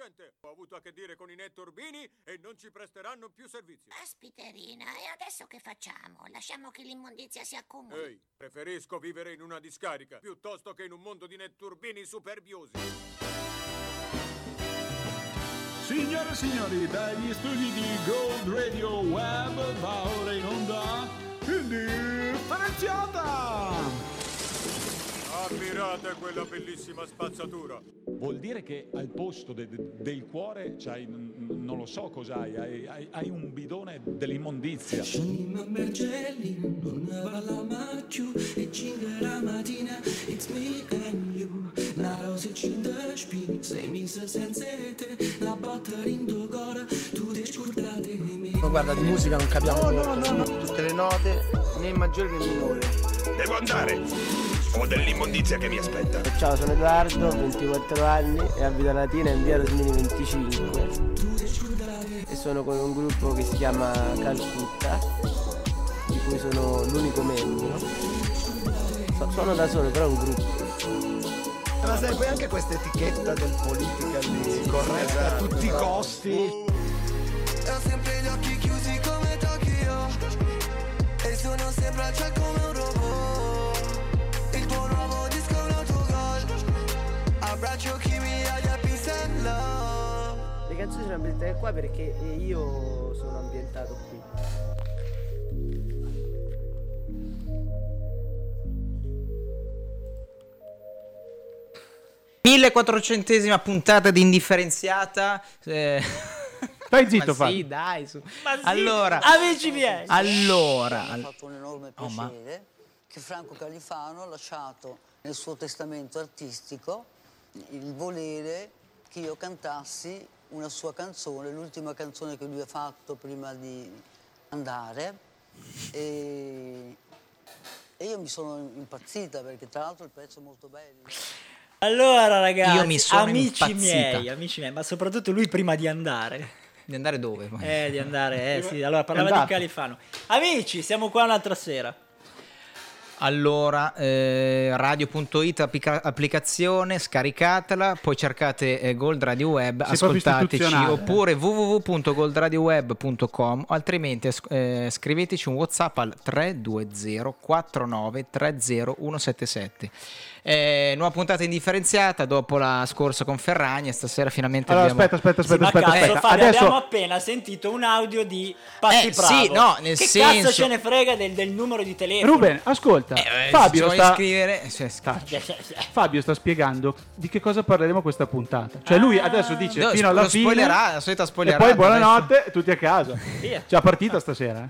gente. Ho avuto a che dire con i netturbini e non ci presteranno più servizio. Aspiterina, e adesso che facciamo? Lasciamo che l'immondizia si accumuli? Ehi, preferisco vivere in una discarica piuttosto che in un mondo di netturbini superbiosi. Signore e signori, dagli studi di Gold Radio Web va ora in onda Indifferenziata! Ammirate quella bellissima spazzatura. Vuol dire che al posto del cuore c'hai, non lo so cos'hai, hai un bidone dell'immondizia. Scendi Margelli, non ne parla mai più. E 5 la mattina, it's me and you. La rosa ci da spin, 6 mesi senza te. La botta in tuo cuore, tu ti scordate di me. Ma guarda, di musica non capiamo No. tutte le note, né maggiore né minore. Devo andare. Ho dell'immondizia che mi aspetta. Ciao, sono Edoardo, 24 anni e abito a Latina in via Rosmini 25. E sono con un gruppo che si chiama Calcutta, di cui sono l'unico membro. Sono da solo, però è un gruppo. Ma sai, poi anche questa etichetta del politically corretta a tutti i costi. E ho sempre gli occhi chiusi come Tokyo. E sono sempre al cielo come un robot. Il tuo nuovo disco è un autogol. Abbraccio chi mi odia, peace and love. Le canzoni sono ambientate qua perché io sono ambientato qui. Millequattrocentesima puntata di Indifferenziata. Stai zitto, ma Fabio. sì, dai, su. Ma sì, Allora, amici miei. allora, Mi ha fatto un enorme piacere che Franco Califano ha lasciato nel suo testamento artistico il volere che io cantassi una sua canzone, l'ultima canzone che lui ha fatto prima di andare. E io mi sono impazzita perché tra l'altro il pezzo è molto bello. Allora ragazzi, Io mi sono amici impazzita. miei, ma soprattutto lui prima di andare. di andare dove? Di andare, sì, allora parlava di Califano. Amici, siamo qua un'altra sera. Allora, radio.it applicazione, scaricatela, poi cercate Gold Radio Web, Sei proprio ascoltateci, istituzionale. oppure www.goldradioweb.com, o altrimenti scriveteci un WhatsApp al 320 49 30 177. Nuova puntata indifferenziata dopo la scorsa con Ferragni, e stasera finalmente Allora, abbiamo... aspetta. Ma cazzo, Fabio, Adesso abbiamo appena sentito un audio di Patti Bravo. sì, no, nel che senso... cazzo ce ne frega del numero di telefono? Ruben, ascolta. Fabio Fabio sta... sta spiegando di che cosa parleremo questa puntata. Cioè lui adesso dice fino alla fine la solita e spoilerata. poi buonanotte, tutti a casa. Via. C'è la partita stasera.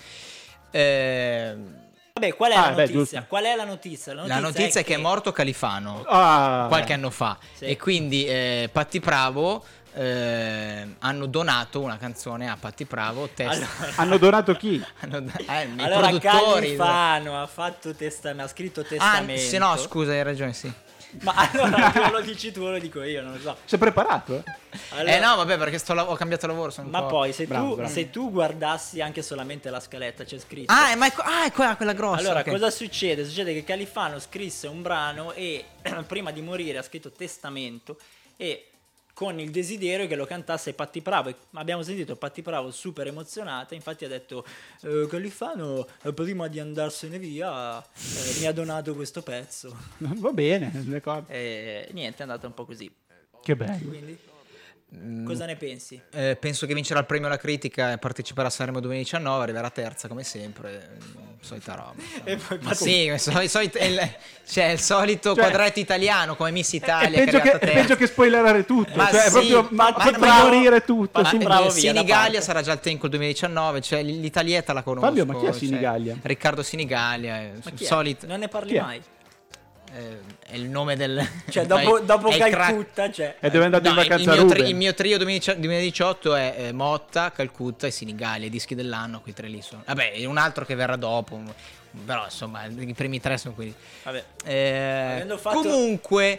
Vabbè, qual è la notizia? giusto. Qual è la notizia? La notizia è che è morto Califano Ah, qualche anno fa, Sì. e quindi Patti Bravo hanno donato una canzone a Patti Bravo. hanno donato chi? I Allora produttori. Califano ha fatto ha scritto testamento. Se no, scusa, hai ragione, sì. Ma allora tu lo dici tu o lo dico io, non lo so. Sei preparato? Allora, No, vabbè, perché ho cambiato lavoro. Sono un ma po'... poi se Bravo. tu guardassi anche solamente la scaletta c'è scritto. ma è quella grossa. Allora, ok. cosa succede? Succede che Califano scrisse un brano e prima di morire ha scritto testamento, e con il desiderio che lo cantasse Patti Bravo. E abbiamo sentito Patti Bravo super emozionata, infatti ha detto Califano prima di andarsene via mi ha donato questo pezzo. Va bene, d'accordo. E niente, è andata un po' così. Che bello. Quindi cosa ne pensi? Penso che vincerà il premio alla critica e parteciperà a Sanremo 2019, arriverà terza come sempre, solita roba. E poi Sì, il solito Cioè, quadretto italiano come Miss Italia. È peggio che spoilerare tutto. Ma Cioè, è sì, proprio ma morire tutto. ma- bravo, via, da Sinigallia parte. sarà già al Tenco il 2019, cioè l'Italietta la conosco. Fabio, ma chi è cioè, Sinigallia? Riccardo Sinigallia, Ma chi è? solito. Non ne parli Chi è? mai. È il nome del... Cioè dopo è il crack- Calcutta c'è. E dove è andato in No, vacanza il mio, Ruben? il mio trio 2018 è Motta, Calcutta e Sinigallia, i dischi dell'anno, quei tre lì sono. Vabbè, un altro che verrà dopo, però insomma i primi tre sono quelli. Vabbè. Eh, fatto- comunque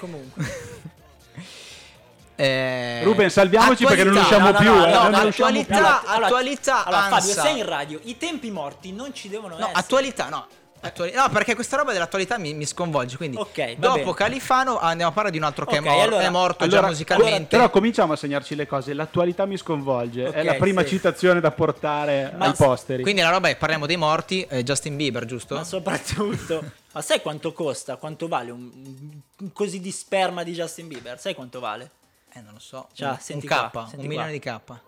Ruben, salviamoci perché non riusciamo più. no, non riusciamo più. attualità, Allora, attualità, Fabio, Ansa. sei in radio, i tempi morti non ci devono No, essere. attualità, no. No, perché questa roba dell'attualità mi sconvolge. Quindi, Ok, va dopo bene. Andiamo a parlare di un altro che Ok, è morto già musicalmente. Però cominciamo a segnarci le cose. L'attualità mi sconvolge. È la prima citazione da portare ai posteri. Quindi la roba è, parliamo dei morti, Justin Bieber, giusto? Ma soprattutto, ma sai quanto costa? Quanto vale un così di sperma di Justin Bieber? Sai quanto vale? Non lo so. Cioè, un senti K, qua, un senti milione qua. di K.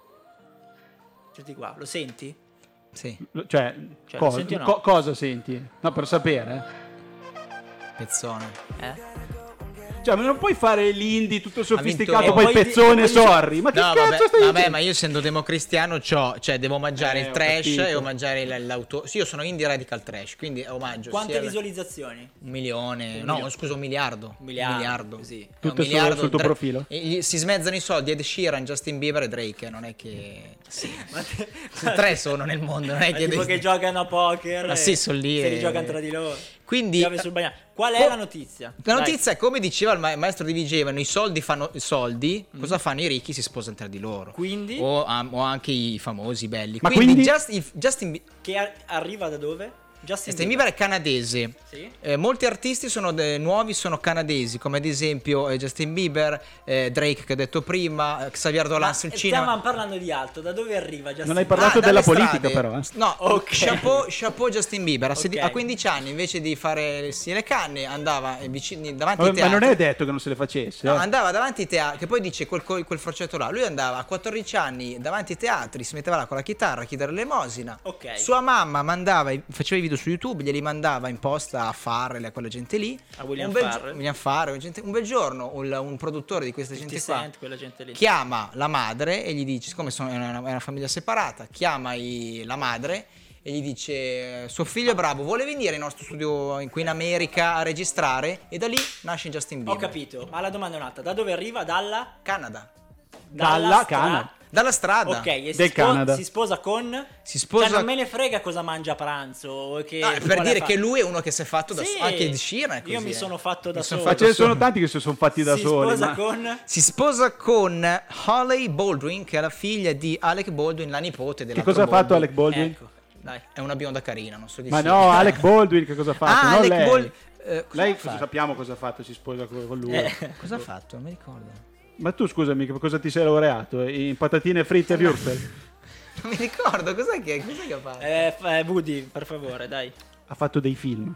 Senti qua, lo senti? Sì. Cioè, lo senti o no? cosa senti? No, per sapere. Pezzone. Cioè, ma non puoi fare l'indie tutto sofisticato, vinto- poi E poi pezzone, di- sorry. Ma che No, cazzo stai vabbè, dicendo? ma io essendo democristiano devo omaggiare il ho trash capito. e omaggiare l'auto. Sì, io sono indie radical trash, quindi omaggio. Quante sia visualizzazioni? 1 milione, scusa, 1 miliardo. Un miliardo, così. È Tutto un miliardo, sul tuo profilo? E si smezzano i soldi Ed Sheeran, Justin Bieber e Drake, non è che... Sì. Tre sono nel mondo, non è che... Tipo che giocano a poker. Ma sì, sono lì Se li e- giocano tra di loro. Quindi... Piove sul bagnato. Qual è la notizia? La Dai. notizia è, come diceva il maestro di Vigevano, i soldi fanno i soldi, cosa fanno i ricchi? Si sposano tra di loro. Quindi? O anche i famosi belli. Ma quindi quindi- Justin Bieber... Che arriva da dove? Justin Bieber è canadese. Sì. Molti artisti nuovi sono canadesi, come ad esempio Justin Bieber, Drake che ho detto prima, Xavier Dolan sul cinema. Stiamo parlando di altro. Da dove arriva Justin Non hai parlato della dalle politica, strade. però. No, Ok. chapeau Justin Bieber. Ok. A 15 anni, invece di fare le canne, andava davanti ai Ma teatri. non è detto che non se le facesse. No, andava davanti ai teatri, che poi dice quel forcetto là. Lui andava a 14 anni davanti ai teatri, si metteva là con la chitarra a chiedere l'elemosina. Ok. Sua mamma faceva i video su YouTube, glieli mandava in posta a Farrell, a quella gente lì. A William William Farrell, un bel giorno un produttore di questa 50 gente qua Cent, quella gente lì. chiama la madre e gli dice, siccome è una famiglia separata, chiama la madre e gli dice: suo figlio è bravo, vuole venire in nostro studio qui in America a registrare? E da lì nasce Justin Bieber. Ho capito, ma la domanda è un'altra. Da dove arriva? Dalla? Canada. Dalla Canada. Dalla strada. Ok, e Del Canada. si sposa con? Si sposa. Cioè, non me ne frega cosa mangia a pranzo. O che, No, per quale dire fa- che lui è uno che si è fatto da Sì, solo. Anche Ed Sheeran è così, io mi sono fatto da solo. Ma ce ne sono tanti che si sono fatti da Si soli. sposa ma- con? Si sposa con Hailey Baldwin, che è la figlia di Alec Baldwin, la nipote della Che cosa ha fatto Alec Baldwin? Ecco, dai. È una bionda carina, non so di Ma sì. no, Alec Baldwin che cosa ha fatto? Ah, non Alec lei. Baldwin. Lei cosa fa? sappiamo cosa ha fatto, si sposa con lui. Cosa ha fatto? Non mi ricordo. Ma tu scusami, che cosa ti sei laureato? In patatine fritte e würstel? Non mi ricordo, cos'è che ha fatto? Woody, per favore, dai. Ha fatto dei film.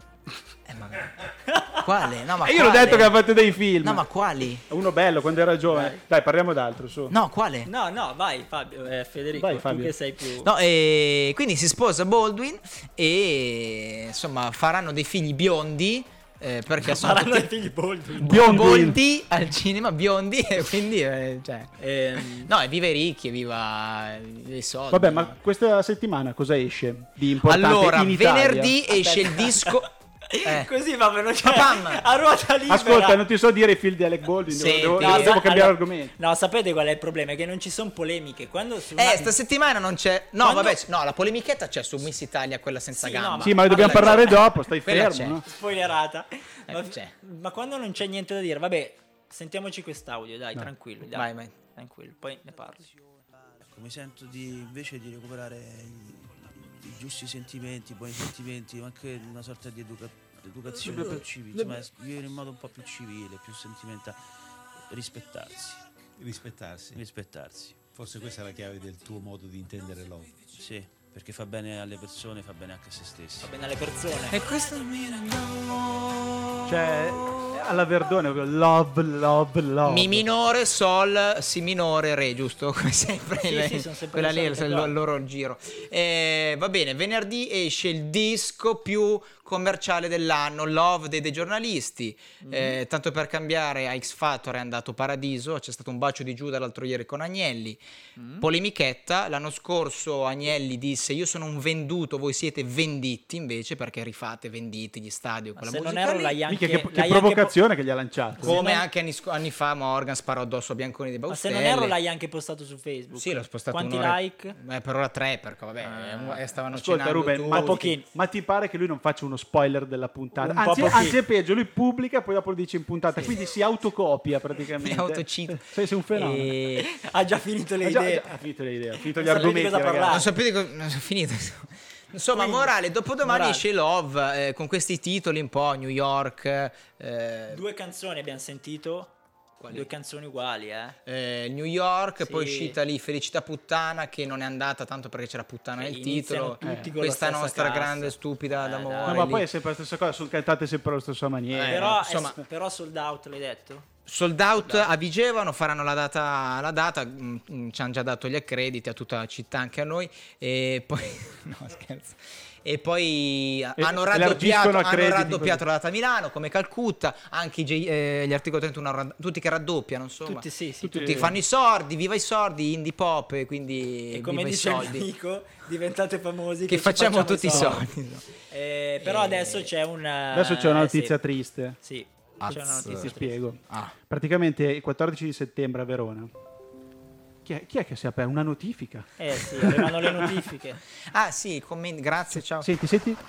Quale? No, ma E io l'ho quale? detto che ha fatto dei film. No, ma quali? Uno bello quando era giovane. Dai, parliamo d'altro, su. No, quale? No, vai Fabio, Federico, Vai, tu Fabio. che sei più... No, e quindi si sposa Baldwin e insomma faranno dei figli biondi. Perché sono Saranno tutti i figli Baldwin. biondi al cinema, biondi, e quindi cioè, no, e viva i ricchi, e viva i soldi. Vabbè, ma questa settimana cosa esce di importante allora, in Italia? venerdì esce il disco. Così va bene, cioè, Papam. a ruota libera. Ascolta, non ti so dire i film di Alec Baldwin, Sì, devo no, cambiare allora- argomento. No, sapete qual è il problema? È che non ci sono polemiche. Quando su Sta settimana non c'è. No, Quando- vabbè, no, la polemichetta c'è su Miss Italia, quella senza Sì, gamba. no, Sì, ma ne dobbiamo quella parlare c'è. dopo, stai Quella fermo, c'è. no? spoilerata. c'è. Ma quando non c'è niente da dire, vabbè, sentiamoci quest'audio, dai, No. tranquillo. Dai, Vai. tranquillo, poi ne parli. Mi sento invece di recuperare i giusti sentimenti, i buoni sentimenti, ma anche una sorta di educazione più civile, insomma, vivere in modo un po' più civile, più sentimentale, rispettarsi. Forse questa è la chiave del tuo modo di intendere love. Sì, perché fa bene alle persone, fa bene anche a se stessi. Va bene alle persone. E questo Cioè, alla Verdone, love. Mi minore, sol, si minore, re, giusto? Come sempre. Sì, sono sempre quella le lì è solite il cose. loro giro. Va bene, venerdì esce il disco più commerciale dell'anno, Love dei giornalisti. Tanto per cambiare, a X Factor è andato Paradiso, c'è stato un bacio di Giuda l'altro ieri con Agnelli. Polemichetta, l'anno scorso Agnelli disse: io sono un venduto, voi siete venditi invece, perché rifate venditi gli stadi o quella se non musica erro lì. l'hai anche... Mica, che l'hai anche provocazione che gli ha lanciato. Come anche anni fa Morgan sparò addosso a Bianconi dei Ma se Baustelli. non erro l'hai anche postato su Facebook. Sì, l'ho spostato Quanti un'ora- like? per ora 3, perché vabbè, stavano Ascolta cenando Ruben, tutti. ma ti pare che lui non faccia uno spoiler della puntata? Un po' pochino. Anzi è peggio, lui pubblica e poi dopo lo dice in puntata, quindi si autocopia praticamente. Mi autocito. Sei un fenomeno. Ha già finito le Ha già- idee. ha finito le idee, ha finito gli Non sapevi argomenti, cosa ragazzi. parlare. Non sapete cosa ho finito. Insomma, Quindi, morale, dopodomani morale. esce Love con questi titoli un po' New York. 2 canzoni abbiamo sentito. Quali? 2 canzoni uguali, New York, Sì. poi è uscita lì Felicità Puttana, che non è andata tanto perché c'era puttana nel iniziano titolo. tutti con Questa la stessa nostra cassa. grande stupida d'amore. No, ma lì. poi è sempre la stessa cosa, sono cantate sempre alla stessa maniera. Però, insomma- però sold out, l'hai detto? Sold out a Vigevano, faranno la data, ci hanno già dato gli accrediti a tutta la città, anche a noi, e poi no scherzo. E poi hanno raddoppiato la data a Milano, come Calcutta, anche gli articoli 31, tutti che raddoppiano, insomma. Tutti, sì, Tutti fanno i sordi, viva i sordi, indie pop, e quindi E come viva dice i il soldi. diventate diventate famosi Che ci facciamo tutti i soldi. Però adesso c'è Adesso c'è una notizia sì. triste. Sì, c'è una notizia Ti triste. spiego. Ah. Praticamente il 14 di settembre a Verona. Chi è che si è aperto? Una notifica. Sì, arrivano le notifiche. Ah sì, commenti, grazie, ciao. Senti.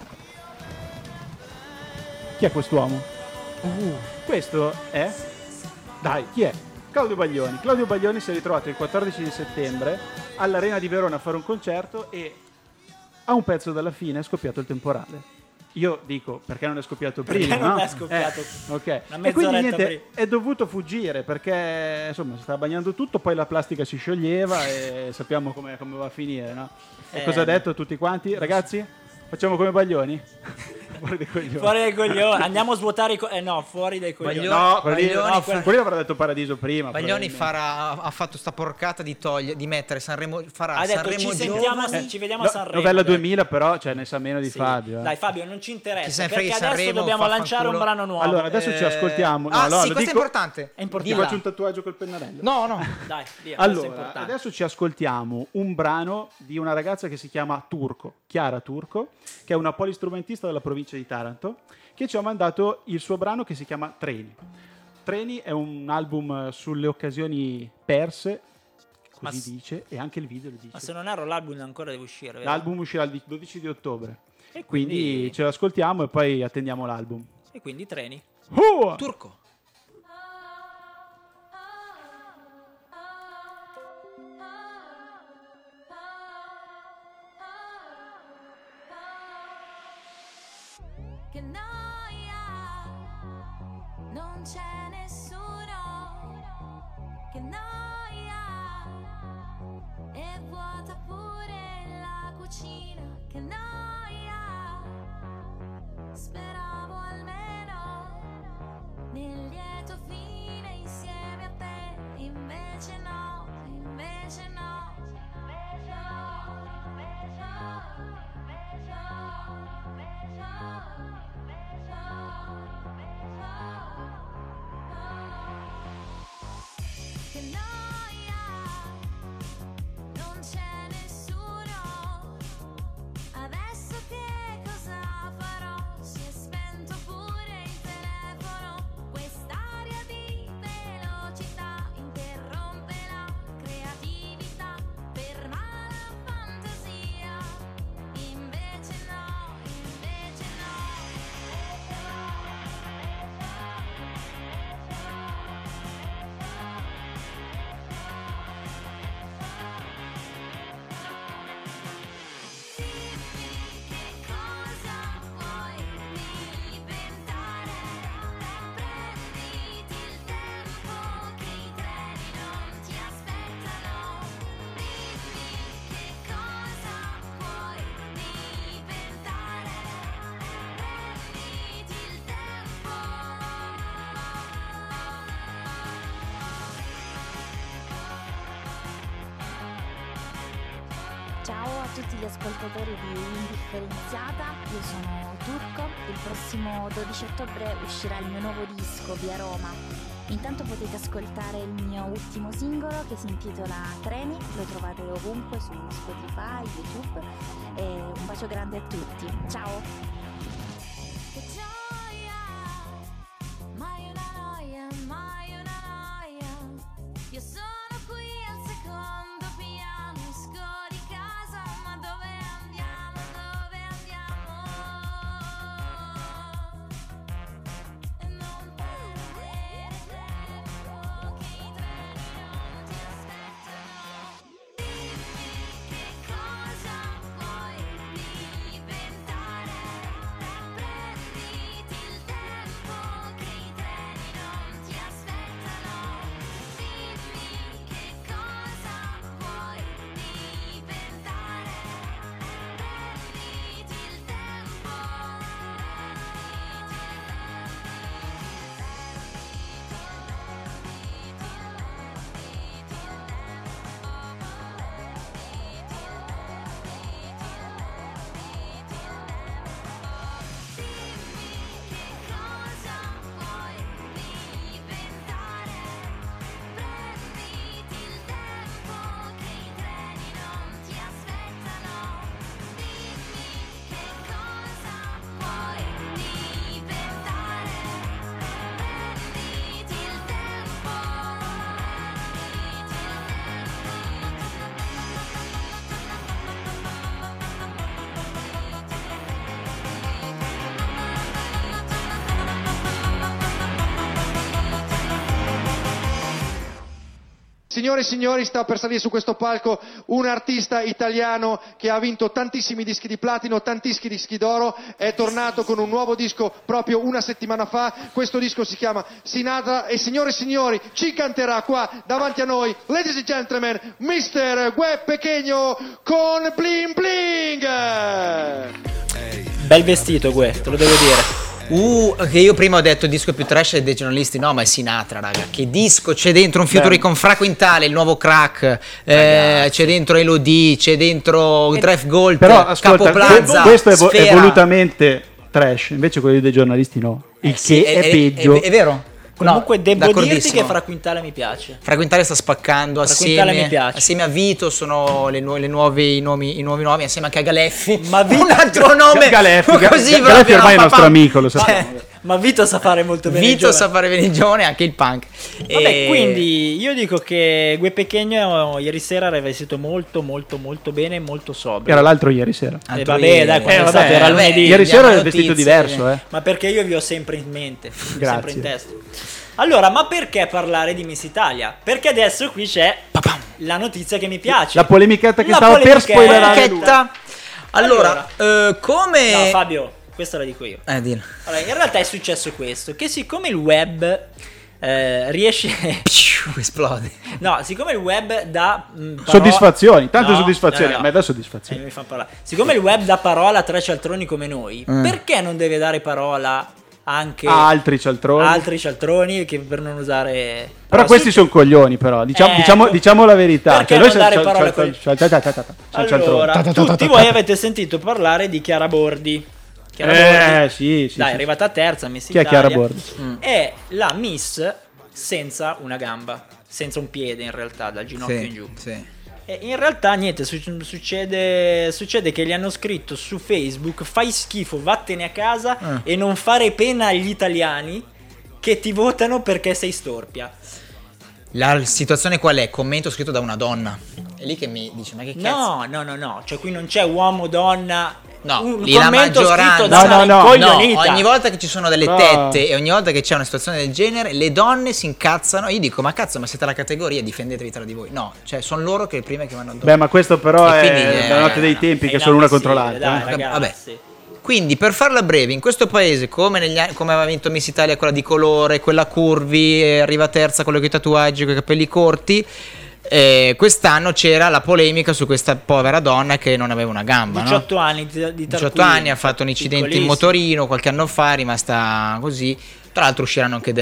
Chi è quest'uomo? Questo è? Dai, chi è? Claudio Baglioni. Claudio Baglioni si è ritrovato il 14 di settembre all'Arena di Verona a fare un concerto e a un pezzo dalla fine è scoppiato il temporale. Io dico, perché non è scoppiato prima? Perché non no? è scoppiato ok. una E quindi mezz'oretta niente, prima. è dovuto fuggire perché insomma si stava bagnando tutto, poi la plastica si scioglieva e sappiamo come va a finire, no? E cosa ha detto tutti quanti? Ragazzi, facciamo come Baglioni? Fuori dai coglioni. Fuori dai coglioni. Andiamo a svuotare i no, fuori dai coglioni. No, quello lì Baglioni l'avrà detto Paradiso prima. Baglioni probabilmente. ha fatto sta porcata di mettere Sanremo, farà Ha detto Sanremo ci sentiamo, Giovani. ci vediamo a Sanremo. Novella dai. 2000 però, cioè ne sa meno di Sì. Fabio. Dai Fabio, non ci Chi interessa se ne perché frega di adesso Sanremo, dobbiamo lanciare un vaffanculo. brano nuovo. Allora, adesso ci ascoltiamo. No, Ah, allora, sì, lo questo dico- è importante. È importante. Ti faccio un tatuaggio col pennarello. No. Dai, via, questo è Allora, importante. adesso ci ascoltiamo un brano di una ragazza che si chiama Turco, Chiara Turco, che è una polistrumentista della provincia di Taranto, che ci ha mandato il suo brano che si chiama Treni. Treni è un album sulle occasioni perse, così dice, e anche il video lo dice. Ma se non erro l'album ancora deve uscire, vero? L'album uscirà il 12 di ottobre. E Quindi ce l'ascoltiamo e poi attendiamo l'album. E quindi Treni. Turco. Che noia, non c'è nessuno. Che noia, è vuota pure la cucina. Che noia, speravo almeno nel lieto fine insieme a te. Invece no, invece no. Che noia, non c'è nessuno. Adesso che cosa farò? Si è spento pure il telefono. Quest'aria di velocità interrompe la creatività, ferma la fantasia. Invece no, invece no. Cosa vuoi diventare? Prenditi il tempo che i treni non ti aspettano. Dimmi che cosa vuoi diventare. Prenditi il tempo. Ciao a tutti gli ascoltatori di Indifferenziata, io sono Turco, il prossimo 12 ottobre uscirà il mio nuovo disco Via Roma. Intanto potete ascoltare il mio ultimo singolo che si intitola Treni, lo trovate ovunque su Spotify, YouTube e un bacio grande a tutti, ciao! Che gioia, mai una noia, mai una noia. Io sono qui al secondo piano, esco di casa, ma dove andiamo, dove andiamo? E non perdere tempo, che i treni non ti aspettano. Dimmi che cosa vuoi Signore e signori, sta per salire su questo palco un artista italiano che ha vinto tantissimi dischi di platino, tantissimi dischi d'oro, è tornato con un nuovo disco proprio una settimana fa. Questo disco si chiama Sinatra e signore e signori ci canterà qua davanti a noi, ladies and gentlemen, Mr. Gue Pequeño con Bling Bling. Bel vestito, Gue, te lo devo dire. Che io prima ho detto disco più trash dei giornalisti, no, ma è Sinatra, raga. Che disco, c'è dentro un Future con Fra Quintale, il nuovo crack, c'è dentro Elodie, c'è dentro Drive Gold, Però ascolta, Capo Plaza, questo è Sfera. volutamente trash, invece quelli dei giornalisti no. Il sì, che è peggio. È vero? Comunque No, devo dirti d'accordissimo. che Fra Quintale mi piace. Fra Quintale sta spaccando Quintale mi assieme, piace. assieme a Vito sono i nuovi nomi, assieme anche a Galeffi. Ma Vito, un altro nome Galeffi così Galeffi proprio, ormai è no, nostro papà. amico, lo sappiamo. Ma Vito sa fare molto bene. Vito sa fare bene il giovane e anche il punk. Vabbè, quindi io dico che Gue Pequeño ieri sera era vestito molto bene, molto sobrio. Era l'altro ieri sera. Vabbè, dai, quando è stato era lunedì. Ieri sera era vestito diverso, Ma perché io vi ho sempre in mente, Grazie. sempre in testa. Allora, ma perché parlare di Miss Italia? Perché adesso qui c'è la notizia che mi piace. La polemichetta che La stava per polemichetta. spoilerare lui. Allora, come... No, Fabio, questa la dico io. Dillo. Allora, in realtà è successo questo, che siccome il web riesce... Esplode. No, siccome il web dà... Soddisfazioni, tante No, soddisfazioni, no. a me dà soddisfazioni. Mi fa parlare. Siccome il web dà parola a tre cialtroni come noi, perché non deve dare parola anche Altri cialtroni. altri cialtroni che per non usare... Però questi sono coglioni, però diciamo la verità. Perché Cioè, non dare parola a quelli- Allora, tutti voi avete sentito parlare di Chiara Bordi. Sì. Dai, è arrivata terza, Miss Chi è Italia. Chiara Bordi? È la Miss senza una gamba, senza un piede in realtà, dal ginocchio in giù. Sì. E in realtà niente, succede che gli hanno scritto su Facebook: fai schifo, vattene a casa e non fare pena agli italiani che ti votano perché sei storpia. La situazione qual è? Commento scritto da una donna. È lì che mi dice, ma che cazzo? No, cioè qui non c'è uomo, donna. No, un lì la commento maggioranza. scritto da una No, incoglionita. ogni volta che ci sono delle No. tette e ogni volta che c'è una situazione del genere, le donne si incazzano. Io dico, ma cazzo, ma siete la categoria, difendetevi tra di voi. No, cioè sono loro che prime che vanno addosso. Beh, ma questo però E è quindi, la notte dei tempi che sono una contro l'altra. Vabbè. Quindi per farla breve, in questo paese, come negli anni, come aveva vinto Miss Italia, quella di colore, quella curvi, arriva terza, quello con i tatuaggi, con i capelli corti, quest'anno c'era la polemica su questa povera donna che non aveva una gamba. 18 anni di 18 anni, ha fatto un incidente in motorino qualche anno fa, è rimasta così. Tra l'altro usciranno anche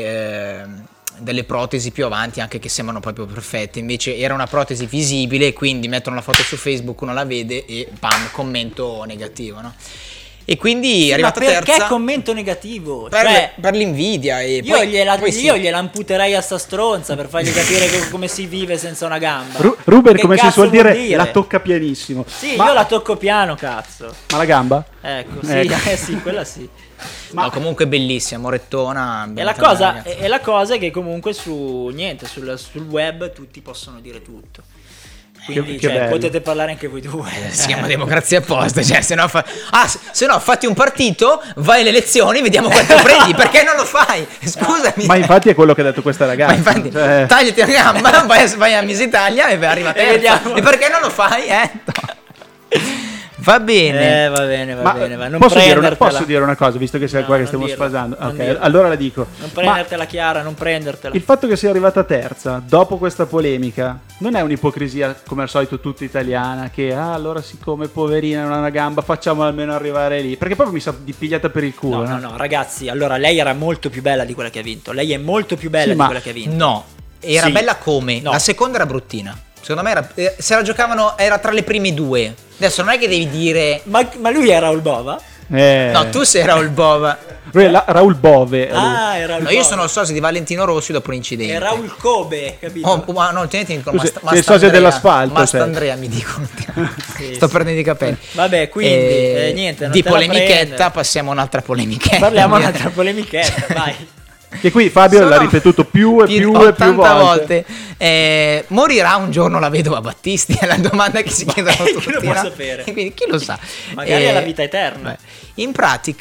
delle protesi più avanti, anche che sembrano proprio perfette. Invece era una protesi visibile, quindi mettono la foto su Facebook, uno la vede e bam, commento negativo, no? E quindi è arrivata ma perché terza commento negativo? per l'invidia. E Io poi gliela gliela amputerei a sta stronza per fargli capire come si vive senza una gamba. Ruber, Che come si cazzo suol vuol dire, la tocca pianissimo. Sì, Ma- io la tocco piano, cazzo. Ma la gamba? Ecco, sì, sì, quella sì. No, comunque bellissima, morettona. E la cosa è che comunque sul web tutti possono dire tutto. Quindi Che bello. potete parlare anche voi due. Si chiama democrazia apposta, cioè se no fatti un partito, vai alle elezioni, vediamo quanto prendi, perché non lo fai? Scusami. Ma infatti è quello che ha detto questa ragazza. Infatti, cioè- tagliati la gamba, vai a Miss Italia e arriva terza. vediamo. E perché non lo fai? Va bene. Va bene. Ma Non posso dire una cosa, visto che sei qua che stiamo sfasando? Ok, allora la dico. Non prendertela, Chiara, non prendertela. Il fatto che sia arrivata terza dopo questa polemica non è un'ipocrisia come al solito tutta italiana che allora siccome poverina non ha una gamba facciamola almeno arrivare lì, perché proprio mi sa di pigliata per il culo. No, ragazzi, allora lei era molto più bella di quella che ha vinto. Lei è molto più bella Sì, di ma- quella che ha vinto. No, era Sì. bella come? No. La seconda era bruttina. Secondo me se la giocavano era tra le prime due. Adesso non è che devi dire Ma lui è Raul Bova? No, tu sei Raul Bova. Raul Bove. Ah, è Raul No, io Bova. sono il sosia di Valentino Rossi dopo l'incidente. È Raul Kobe, capito? Oh, no, te ne dicono Tu sei il sosia dell'asfalto, sei. Mastandrea mi dicono. Sto perdendo i capelli. Vabbè, quindi niente, non di te la polemichetta prendere. passiamo a un'altra polemichetta. Parliamo un'altra polemichetta, vai. Che qui Fabio l'ha ripetuto più e più 80 volte. Morirà un giorno la vedova Battisti? È la domanda che si chiedono tutti. Chi lo può no? sapere? E quindi chi lo sa? Magari è la vita eterna. In pratica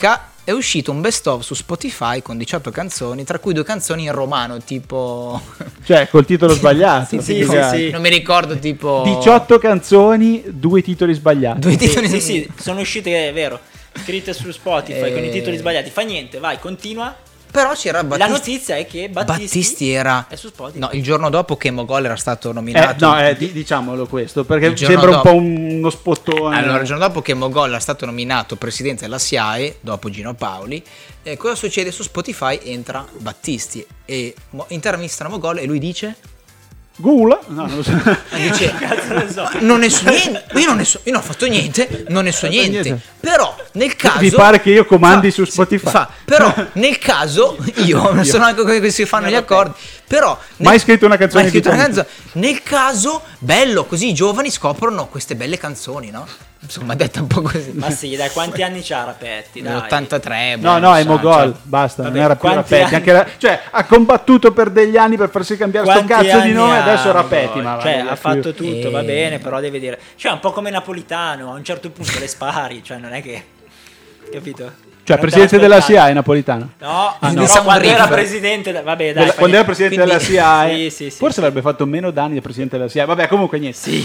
è uscito un best of su Spotify con 18 canzoni, tra cui 2 canzoni in romano, tipo... Cioè, col titolo sbagliato. sì, non mi ricordo, tipo... 18 canzoni, 2 titoli sbagliati. 2 titoli Sì, sono uscite, è vero, scritte su Spotify con i titoli sbagliati. Fa niente, vai, continua. Però c'era Battisti. La notizia è che Battisti era... è su Spotify. No, il giorno dopo che Mogol era stato nominato... diciamolo questo, perché Il giorno sembra un dopo- po' uno spottone. Allora, il giorno dopo che Mogol era stato nominato presidente della SIAE, dopo Gino Paoli, cosa succede? Su Spotify entra Battisti e intervistano Mogol e lui dice... Gula? No, non lo so. Dice, Cazzo ne so. non ne so niente, io non ho fatto niente, non ne so niente. Però nel caso... Vi pare che io comandi su Spotify? Però nel caso io non sono anche come si fanno gli accordi. Però Mai scritto una canzone mai di scritto una Tom. canzone. Nel caso bello, così i giovani scoprono queste belle canzoni, no? Insomma, detta un po' così. Ma sì, dai, quanti anni c'ha Rapetti? Dai. 83. No, è Mogol, basta, Vabbè, non era più quanti Rapetti. anni- Anche cioè, ha combattuto per degli anni per farsi cambiare sto Quanti cazzo di anni nome, ha adesso è Rapetti. Mogol? Ma cioè, vai, ha fatto più. tutto, va bene, però deve dire... Cioè, è un po' come Napolitano, a un certo punto le spari, cioè non è che... Capito? Cioè, Non te presidente della l'aspettavi. SIAE napolitano. No, Ah, no. però quando era presidente... Vabbè, dai. Quando era presidente della SIAE, Sì. forse avrebbe fatto meno danni del presidente della SIAE. Vabbè, comunque niente. Sì.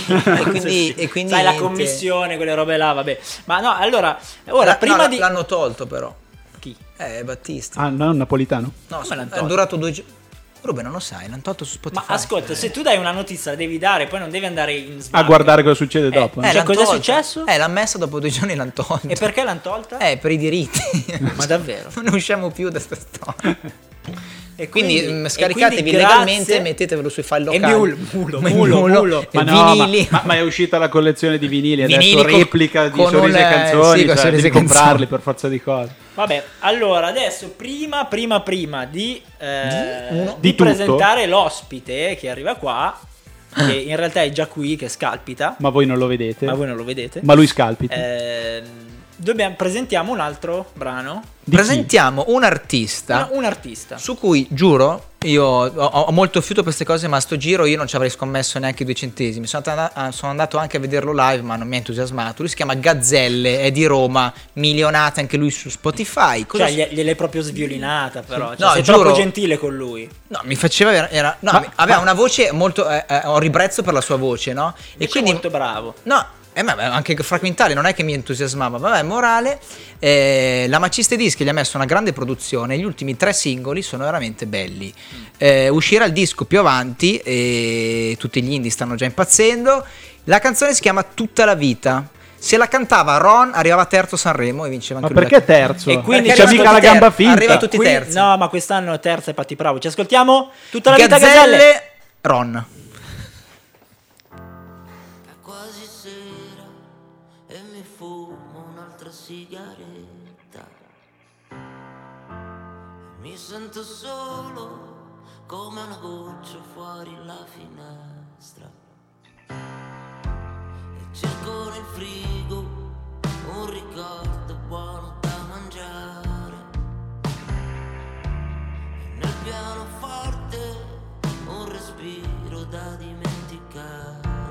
E quindi sai, la niente. commissione, quelle robe là, vabbè. Ma no, allora, ora prima di... L'hanno tolto però. Chi? Battisti. Ah, non napolitano? No, Come l'hanno è tolto? durato 2 giorni. Ruben, non lo sai, l'hanno tolto su Spotify. Ma ascolta, se tu dai una notizia la devi dare, poi non devi andare in A svango. guardare cosa succede dopo. Cioè, l'hanno cosa è tolta. successo? L'ha messa dopo 2 giorni, l'hanno tolta. E perché l'hanno tolta? Per i diritti. Ma davvero? Non ne usciamo più da questa storia. E Quindi, scaricatevi quindi legalmente grazie- e mettetevelo sui file E locali. mulo. E Ma no, vinili. ma è uscita la collezione di vinili, Vinili adesso replica di con Sorrisi e un- canzoni, sì, con cioè, Sorrisi devi e canzoni. comprarli per forza di cose. Vabbè, allora adesso prima di Di tutto? presentare l'ospite che arriva qua, che in realtà è già qui, che scalpita, Ma voi non lo vedete. ma voi non lo vedete. Ma lui scalpita. Presentiamo un altro brano. Presentiamo un artista. Un artista. Su cui, giuro, io ho molto fiuto per queste cose, ma a sto giro io non ci avrei scommesso neanche 2 centesimi. Sono andato anche a vederlo live, ma non mi ha entusiasmato. Lui si chiama Gazzelle, è di Roma, milionata anche lui su Spotify. Cioè, gliel'hai proprio sviolinata, però. Sì. Cioè, No, sei giuro. troppo gentile con lui. No, mi faceva. Aveva una voce molto. Ho ribrezzo per la sua voce, no? E quindi. Molto bravo. No. Ma anche Fra Quintale non è che mi entusiasmava, vabbè, morale. La Maciste Dischi gli ha messo una grande produzione. Gli ultimi 3 singoli sono veramente belli. Uscirà il disco più avanti e tutti gli indie stanno già impazzendo. La canzone si chiama Tutta la vita. Se la cantava Ron, arrivava terzo Sanremo e vinceva anche Ma lui. perché terzo? E quindi c'è mica la gamba finta. Arriva tutti terzi. No, ma quest'anno è terza e Patti Bravo. Ci ascoltiamo tutta la vita Gazzelle, Gazzelle. Ron. Quasi sera e mi fumo un'altra sigaretta. Mi sento solo come una goccia fuori la finestra. E cerco nel frigo un ricordo buono da mangiare. E nel pianoforte un respiro da dimenticare.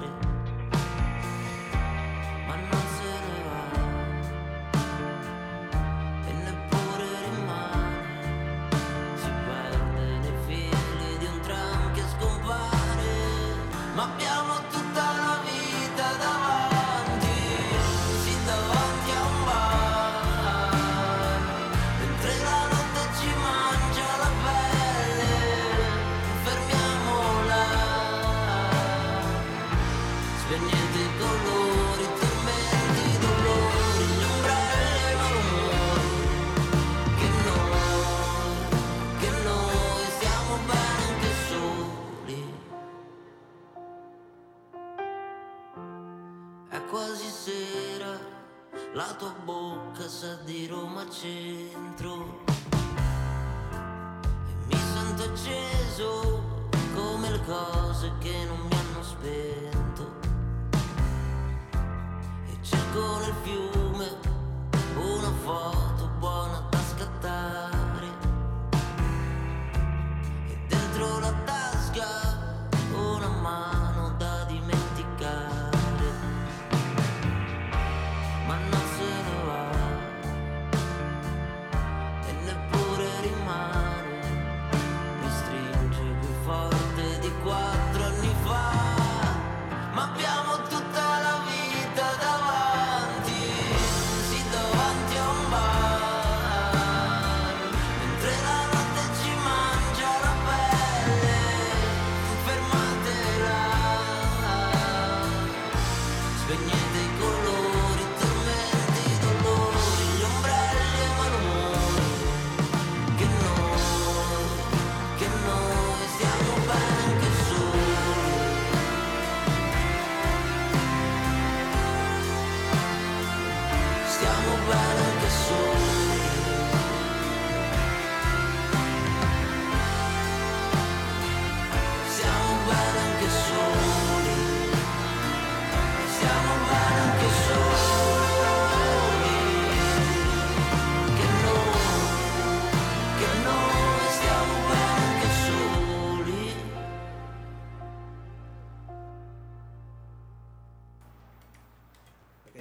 Ma non se ne va e neppure rimane, si perde nei fili di un tram che scompare, ma abbiamo tutta la vita davanti, sì davanti a un bar, mentre la notte ci mangia la pelle, fermiamola, spegnete i colori, i tormenti, i dolori, gli ombrelli e i rumori, che noi stiamo bene anche soli. È quasi sera, la tua bocca sa di Roma centro e mi sento acceso come le cose che non mi hanno spento. Cerco nel fiume una foto buona da scattare e dentro la tasca una mano da dimenticare, ma non se ne va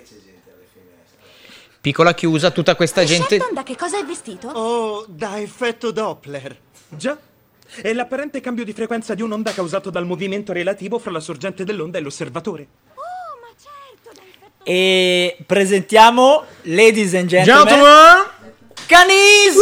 Piccola chiusa, tutta questa gente... Shelton, da che cosa è vestito? Oh, da effetto Doppler. Già. È l'apparente cambio di frequenza di un'onda causato dal movimento relativo fra la sorgente dell'onda e l'osservatore. E presentiamo, ladies and gentlemen, Canis!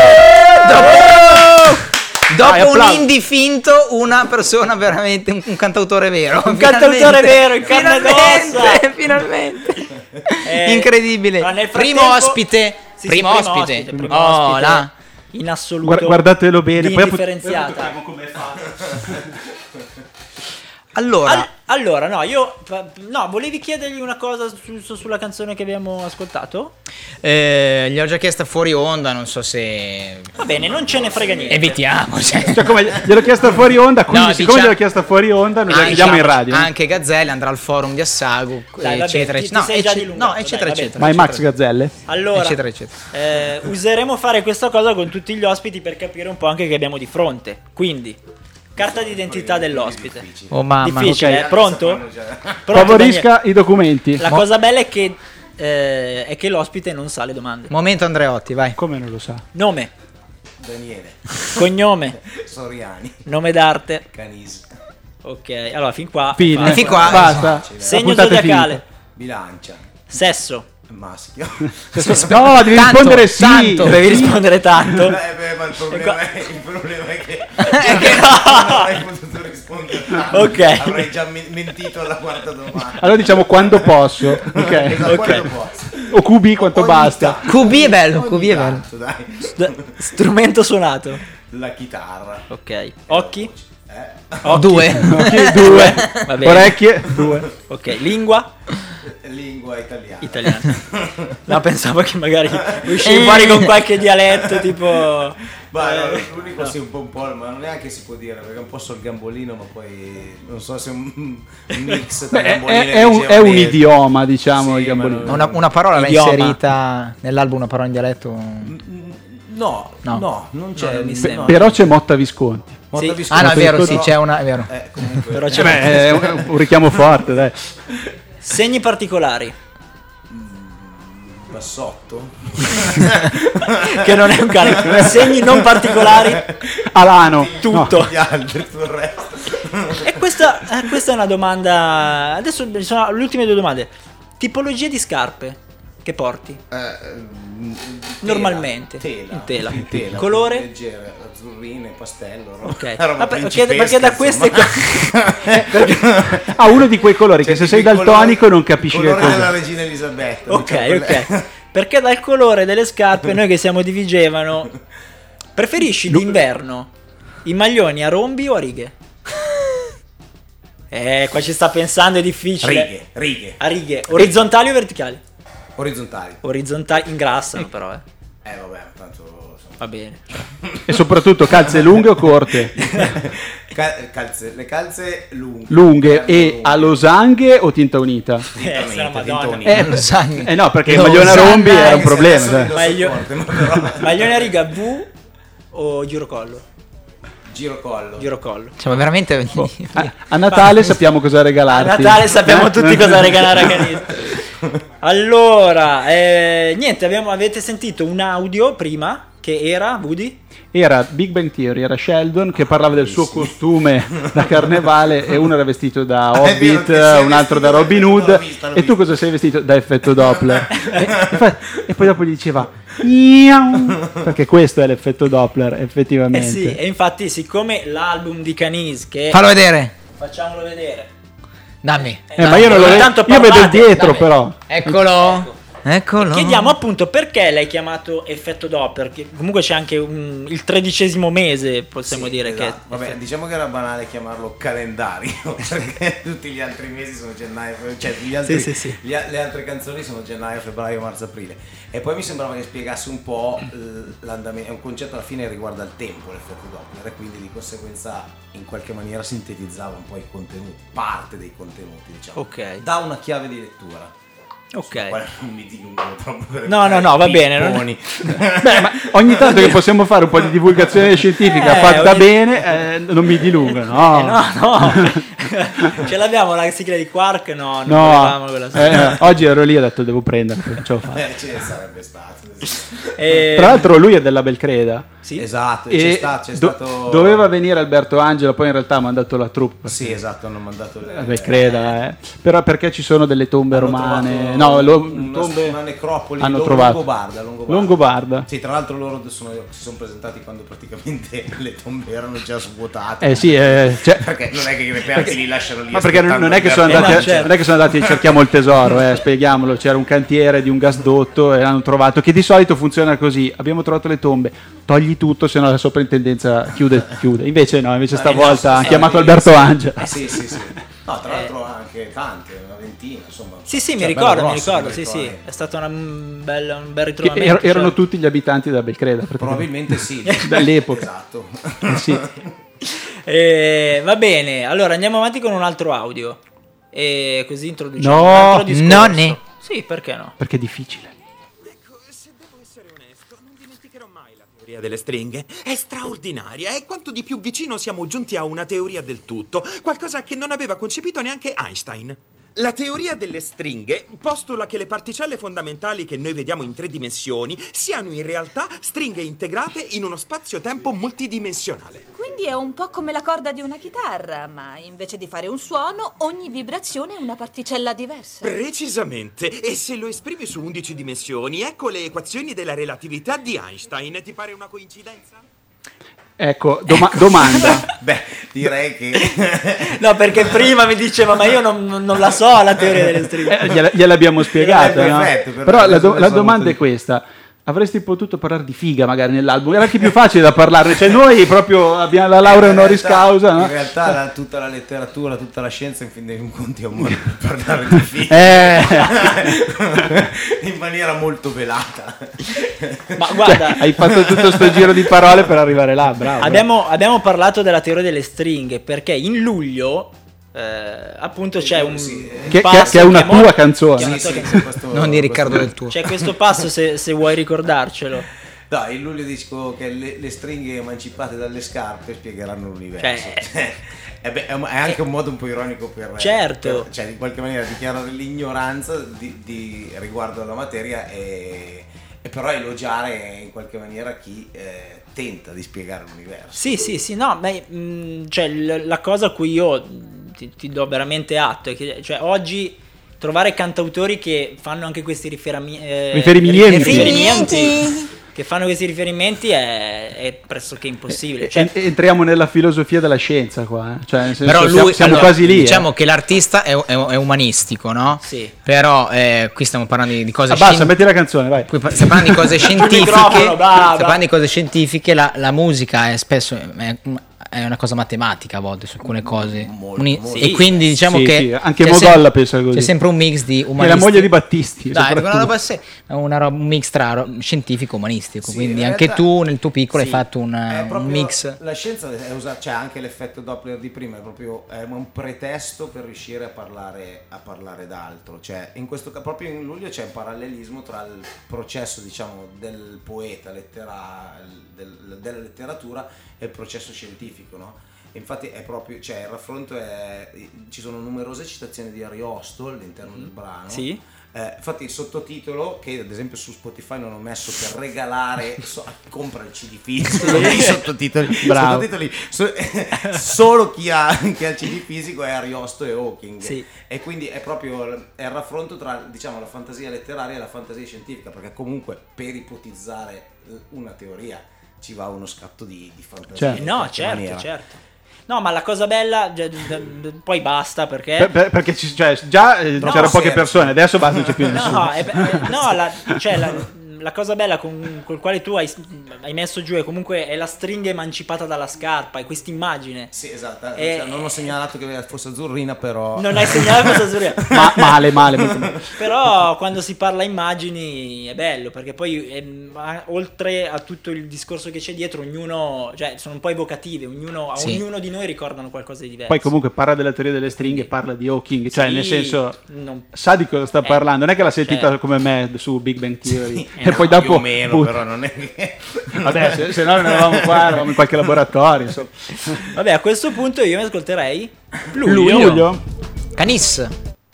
Dopo un indie finto, una persona veramente, un cantautore vero. Un cantautore vero, in carne ed ossa. Finalmente. Incredibile. Primo ospite. Sì, Primo sì, ospite. primo Oh, ospite. là. In assoluto. Guardatelo bene. Di Poi indifferenziata. come Allora, no, volevi chiedergli una cosa sulla canzone che abbiamo ascoltato? Gli ho già chiesto fuori onda, non so se... Va bene, non ce ne frega niente. Evitiamo. Cioè, come gliel'ho chiesta fuori onda, quindi No, siccome diciamo- gliel'ho chiesta fuori onda, noi la chiediamo in radio. Anche Gazzelle andrà al forum di Assago, Dai, vabbè, eccetera, ti eccetera. sei già dilungato, eccetera, dai, eccetera. Ma è eccetera. Max Gazzelle? Allora, Eccetera, eccetera. useremo fare questa cosa con tutti gli ospiti per capire un po' anche che abbiamo di fronte. Quindi, carta d'identità dell'ospite. Oh mamma. Difficile, Ok. Pronto? Favorisca i documenti. La cosa bella è che l'ospite non sa le domande. Momento Andreotti, vai. Come non lo sa? Nome, Daniele. cognome, Soriani. nome d'arte. Canis. Ok, allora fin qua. Fine. Fin qua. Basta. Segno La puntata è zodiacale. Bilancia. Sesso. Maschio. No, devi rispondere sì. Tanto. Devi rispondere tanto. Ma il problema è che no. non hai potuto rispondere tanto. Ok. Avrei già mentito alla quarta domanda. Allora diciamo quando posso. Ok. Esatto, quando posso. O QB quanto basta. QB è bello, QB è bello. Tanto, dai. Strumento suonato. La chitarra. Ok. Occhi. Due. Ok, due. Va bene. Orecchie, due. Ok, lingua. Lingua italiana. Italiana. No, pensavo che magari uscivi fuori con qualche dialetto tipo. L'unico sì, un po', ma non neanche si può dire perché è un po' sul gambolino, ma poi non so se è un mix tra gambolino e È un genovese. idioma, diciamo, il Sì, ma gambolino. Una parola l'ha Idioma. inserita nell'album, una parola in dialetto. No, non c'è. non mi sembra. Però c'è Motta Visconti. Motta Sì. Visconti. Ah no, è vero, Motta sì, c'è una, è vero. Comunque. Però c'è È un richiamo forte, dai. segni particolari. Bassotto. Che non è un cane. Segni non particolari. Alano. Tutto. No. Gli altri, tutto il resto. E questa è una domanda. Adesso sono le ultime due domande. Tipologie di scarpe che porti? Normalmente. Tela. In tela. In tela. Colore? Leggere, azzurrine, pastello. Ok. Roba Vabbè, principesca, perché da queste insomma. Ha uno di quei colori che se sei daltonico non capisci che il colore della cosa. regina Elisabetta. Ok, diciamo, ok. Perché dal colore delle scarpe noi che siamo di Vigevano preferisci d'inverno i maglioni a rombi o a righe? Qua ci sta pensando, è difficile. Righe. A righe, orizzontali o verticali? Orizzontali. Orizzontali ingrassano però, Vabbè, tanto Va bene. E soprattutto calze lunghe o corte? le calze lunghe. Lunghe e a losanghe o tinta unita? Sarà Madonna. No, perché il maglione a rombi è un problema. sai. Maglione a riga V o girocollo? Girocollo. Girocollo. Cioè, veramente... A Natale sappiamo cosa regalarti. A Natale sappiamo tutti cosa regalare a Canis. Allora, niente, avete sentito un audio prima che era, Woody? Era Big Bang Theory, era Sheldon che parlava del suo costume da carnevale e uno era vestito da Hobbit, un altro da Robin Hood e tu cosa sei vestito? Da effetto Doppler. E poi dopo gli diceva "Miau", perché questo è l'effetto Doppler effettivamente. Sì, e infatti siccome l'album di Canis che... Fallo vedere. Facciamolo vedere. Dammi. Ma io non lo vedo, Intanto io vedo il parlate, dietro dammi. però. Eccolo. Eccolo. Chiediamo appunto perché l'hai chiamato effetto Doppler, che comunque c'è anche il 13° mese, possiamo dire esatto. che... Vabbè, diciamo che era banale chiamarlo calendario perché tutti gli altri mesi sono gennaio, cioè gli altri, Sì. le altre canzoni sono gennaio, febbraio, marzo, aprile. E poi mi sembrava che spiegasse un po' l'andamento, è un concetto alla fine che riguarda il tempo, l'effetto Doppler, e quindi di conseguenza in qualche maniera sintetizzava un po' i contenuti, parte dei contenuti, diciamo. Ok. Da una chiave di lettura. Ok. Non mi dilungo troppo per No, va bene. pipponi. Beh, ma ogni tanto che possiamo fare un po' di divulgazione scientifica fatta bene, non mi dilungo, no. No. Ce l'abbiamo la sigla di Quark? No, non volevamo quella sigla. Oggi ero lì e ho detto devo prenderla, non ce l'ho fatta. Ce ne sarebbe stato. Tra l'altro lui è della Belcreda. Sì? Esatto, E c'è stato... doveva venire Alberto Angelo, poi in realtà ha mandato la troupe. Sì, esatto, hanno mandato La Belcreda, però perché ci sono delle tombe romane, una necropoli hanno trovato Longobarda. Sì, tra l'altro loro si sono presentati quando praticamente le tombe erano già svuotate. Perché non è che i reperti li lasciano lì. Ma perché non è che sono andati e cerchiamo il tesoro, spieghiamolo, c'era un cantiere di un gasdotto e l'hanno trovato, che di solito funziona così: abbiamo trovato le tombe, togli tutto, se no la soprintendenza chiude. Invece stavolta hanno chiamato Alberto Angelo. Sì. No, tra l'altro anche tante, una ventina, insomma. Sì, mi ricordo, sì. È stato un bel ritrovamento. Erano tutti gli abitanti della Belcreda. Probabilmente sì. Dall'epoca. Esatto. Sì. Va bene, allora andiamo avanti con un altro audio. E così introduciamo No, un altro discorso. non ne. Sì, perché no? Perché è difficile. La teoria delle stringhe è straordinaria, è quanto di più vicino siamo giunti a una teoria del tutto, qualcosa che non aveva concepito neanche Einstein. La teoria delle stringhe postula che le particelle fondamentali che noi vediamo in 3 dimensioni siano in realtà stringhe integrate in uno spazio-tempo multidimensionale. Quindi è un po' come la corda di una chitarra, ma invece di fare un suono, ogni vibrazione è una particella diversa. Precisamente, e se lo esprimi su 11 dimensioni, ecco le equazioni della relatività di Einstein. Ti pare una coincidenza? Ecco, domanda. Beh, direi che... No, perché prima mi diceva, ma io non la so la teoria delle stringhe. Gliel'abbiamo spiegata, no? Perfetto, Però la domanda è questa: avresti potuto parlare di figa magari nell'album, era anche più facile da parlarne, cioè noi proprio abbiamo la laurea honoris causa, no? In realtà tutta la letteratura, tutta la scienza in fin dei conti è un modo per parlare di figa in maniera molto velata. Ma guarda, hai fatto tutto sto giro di parole per arrivare là, bravo. Abbiamo parlato della teoria delle stringhe perché in luglio appunto c'è un passo che è una tua canzone. Non di Riccardo Del Tuo. C'è questo passo, se vuoi ricordarcelo. No, in luglio dico che le stringhe emancipate dalle scarpe spiegheranno l'universo. È anche un modo un po' ironico per cioè in qualche maniera dichiarare l'ignoranza di riguardo alla materia e però elogiare in qualche maniera chi tenta di spiegare l'universo. Sì, no, cioè la cosa a cui io ti do veramente atto è che cioè, oggi trovare cantautori che fanno anche questi riferimenti che fanno questi riferimenti è pressoché impossibile. Cioè, entriamo nella filosofia della scienza qua, cioè nel senso, però lui, siamo quasi lì. Diciamo che l'artista è umanistico, no? Sì. Però qui stiamo parlando di cose basta, metti la canzone, vai. Stiamo parlando di cose scientifiche. Stiamo parlando di cose scientifiche, la musica è spesso è una cosa matematica a volte su alcune cose. E quindi diciamo che anche Mogolla pensa così. C'è sempre un mix di umanistico. È la moglie di Battisti. Dai, un mix tra scientifico e umanistico. Quindi anche tu nel tuo piccolo hai fatto un mix. La scienza è usata, c'è anche l'effetto Doppler di prima, è un pretesto per riuscire a parlare d'altro. Cioè, proprio in luglio c'è un parallelismo tra il processo, diciamo, del poeta della letteratura e il processo scientifico, no? Infatti è proprio, cioè il raffronto ci sono numerose citazioni di Ariosto all'interno del brano. Sì. Infatti il sottotitolo, che ad esempio su Spotify non ho messo per regalare, compra il CD fisico, i sottotitoli. Solo chi ha il CD fisico è Ariosto e Hawking. Sì. E quindi è proprio il raffronto tra, diciamo, la fantasia letteraria e la fantasia scientifica, perché comunque per ipotizzare una teoria ci va uno scatto di fantasia. Certo. No, ma la cosa bella, poi basta perché perché c'erano poche persone, adesso basta, non c'è più nessuno. la cosa bella col quale tu hai messo giù è comunque è la stringa emancipata dalla scarpa, è questa immagine. Sì, esatto. Cioè, non ho segnalato che fosse azzurrina, però. Non hai segnalato che fosse azzurrina. Male, molto male. Però quando si parla immagini è bello, perché poi oltre a tutto il discorso che c'è dietro, ognuno, cioè sono un po' evocative, ognuno di noi ricordano qualcosa di diverso. Poi comunque parla della teoria delle stringhe, parla di Hawking, cioè Sì, nel senso non- sa di cosa sta parlando, non è che l'ha sentita certo. come me su Big Bang Theory e no, poi dopo più o meno, però non è che... Vabbè, se no non eravamo qua, eravamo in qualche laboratorio, insomma. Vabbè, a questo punto io mi ascolterei Luglio. Canis.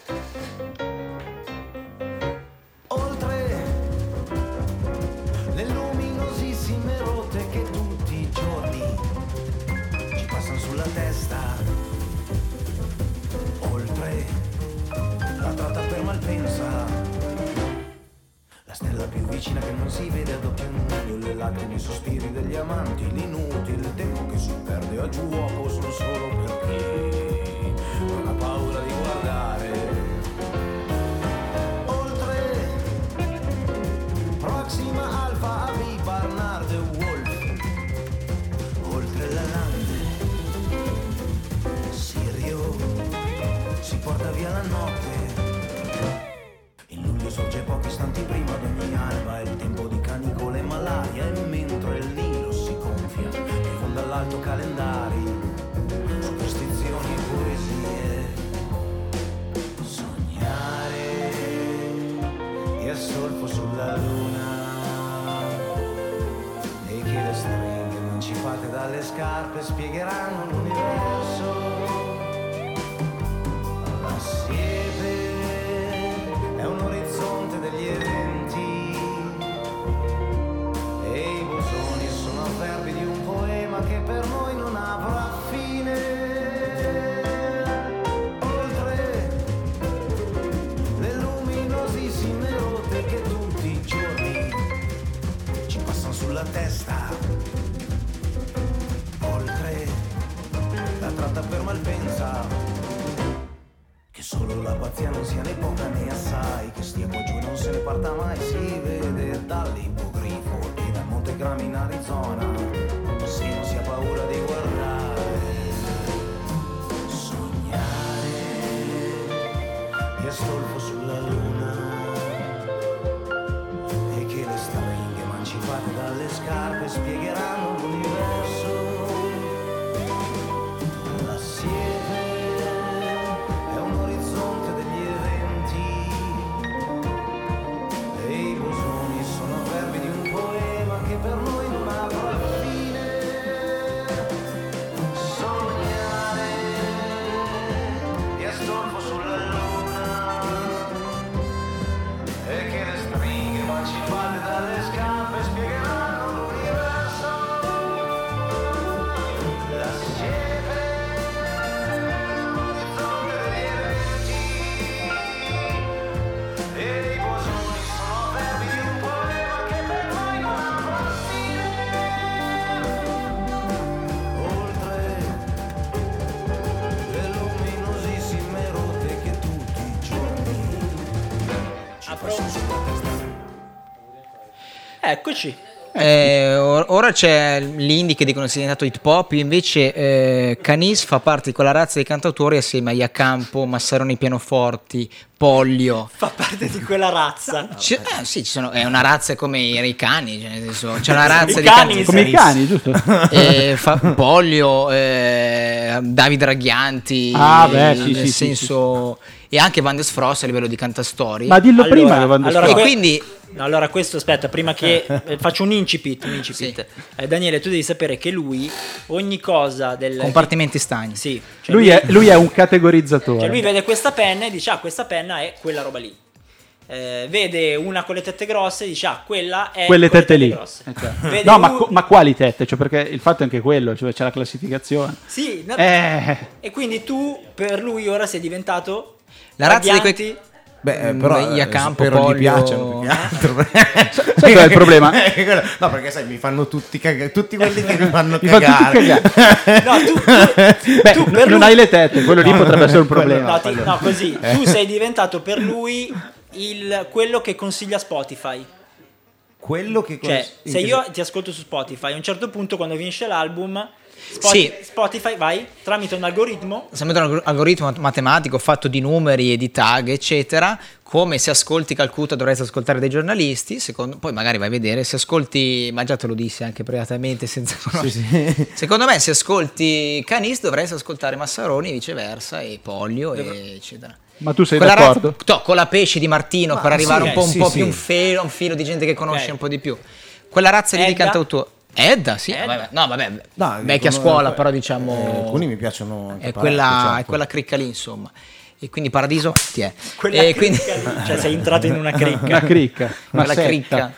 Le luminosissime rotte che tutti i giorni ci passano sulla testa. Oltre la tratta per Malpensa, la stella più vicina che non si vede ad occhio nudo, le lacrime e i sospiri degli amanti, l'inutile tempo che si perde a giuoco solo per chi non ha paura di guardare. Oltre Proxima Alpha Avi Barnard e Wolf, oltre la lande Sirio si porta via la notte. Il luglio sorge pochi istanti prima d'ogni alba, è il tempo di canicole e malaria, e mentre il Nilo si gonfia che fonda all'alto calendari, superstizioni e poesie. Sognare e a solfo sulla luna, e che le stringhe emancipate dalle scarpe spiegheranno l'universo. La siepe è un orizzonte degli eventi, e i bosoni sono avverbi di un poema che per noi non avrà fine. Oltre le luminosissime rotte che tutti i giorni ci passano sulla testa. Oltre la tratta per Malpensa, che solo la pazzia non sia né poca né assai, che stia qua giù e non se ne parta mai, si vede dall'ippogrifo e dal Monte Grami in Arizona, se non si ha paura di guardare. Sognare e a stolfo sulla luna, e che le stringhe emancipate dalle scarpe spiegheranno l'universo. La siepe è un orizzonte degli eventi, e i bosoni sono avverbi di un poema che per noi non avrà fine. Sognare e a stolfo sulla luna, e che le stringhe emancipate dalle scarpe spiegheranno l'universo. La siepe e i bosoni sono verbi di un poema che per noi non avrà fine. Oltre le luminosissime rotte che tutti i giorni ci passano sulla testa. Eccoci. Ora c'è l'indie che dicono sia diventato hip hop, invece Canis fa parte di quella razza di cantautori assieme a Iacampo, Massaroni pianoforti, Pollio. Fa parte di quella razza. Sì, è una razza come i cani, cioè, nel senso, c'è una razza I di cani, come i cani, giusto? Pollio, Davide Raghianti, nel senso, e anche Van der Frost a livello di cantastorie. Ma dillo prima, Van der Frost. E quindi allora questo, aspetta, prima che faccio un incipit. Sì. Daniele, tu devi sapere che lui ogni cosa del compartimenti stagni. Sì, cioè Lui è un categorizzatore. cioè lui vede questa penna e dice: ah, questa penna è quella roba lì. Vede una con le tette grosse e dice: ah, quella è quelle tette lì. grosse. Cioè. No, ma quali tette? Cioè, perché il fatto è anche quello, cioè c'è la classificazione. Sì, E quindi tu per lui ora sei diventato la razza di Radianti. Beh, però Iacampo, spero gli Pollio. piacciono più che altro. Sai qual è il problema? No, perché sai, mi fanno tutti cagare, tutti quelli che mi fanno Mi fa tutti cagare. No, tu per non lui hai le tette, quello lì potrebbe essere un problema. No, così tu sei diventato per lui quello che consiglia Spotify. quello che Cioè, se io ti ascolto su Spotify, a un certo punto quando finisce l'album Spotify vai tramite un algoritmo. Sembra un algoritmo matematico fatto di numeri e di tag, eccetera. Come se ascolti Calcutta dovresti ascoltare dei giornalisti, poi magari vai a vedere, se ascolti, ma già te lo dissi anche privatamente senza conoscere. Secondo me se ascolti Canis dovresti ascoltare Massaroni e viceversa, e Pollio, e eccetera. Ma tu sei Quella d'accordo? con la pesce di Martino, per arrivare un po' più un filo di gente che conosce Ok. un po' di più. Quella razza lì di Edda? cantautori. Edda, sì. Edda. Vabbè, vecchia scuola, però diciamo... alcuni mi piacciono anche è parecchio, quella, certo. è quella cricca lì, insomma. E quindi Paradiso ti è. Quella E cricca lì, cioè sei entrato in una cricca. Una cricca, una Quella setta. cricca.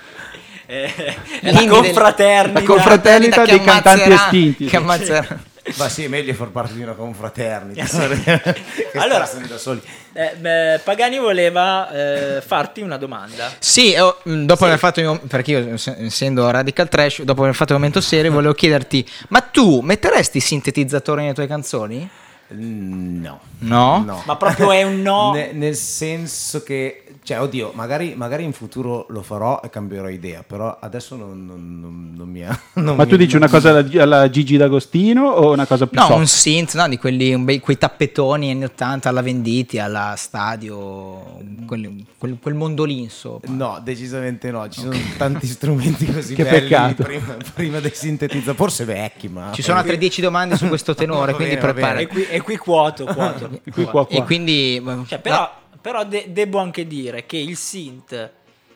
La confraternita. La confraternita dei cantanti ammazzerà- estinti. che ammazzerà. Ma sì, è meglio far parte di una confraternita. Allora, Che da soli. Pagani voleva farti una domanda. Sì, dopo aver fatto perché io essendo Radical Trash, dopo aver fatto il momento serio, volevo chiederti: ma tu metteresti i sintetizzatori nelle tue canzoni? No. No? Ma proprio è un no. Nel senso che, cioè, oddio, magari in futuro lo farò e cambierò idea, però adesso non mi ha. Ma tu dici una cosa alla Gigi D'Agostino o una cosa più No, soft? un synth, no, di quelli, quei tappetoni anni 80 alla Venditti, alla Stadio, quel mondo lì, insomma. No, decisamente no. Ci sono tanti strumenti così Che belli peccato. prima dei sintetizzatori, forse vecchi, ma Ci sono altre 10 domande su questo tenore, Va quindi bene, va bene. prepara. E qui quoto. E quindi Cioè, però devo anche dire che il synth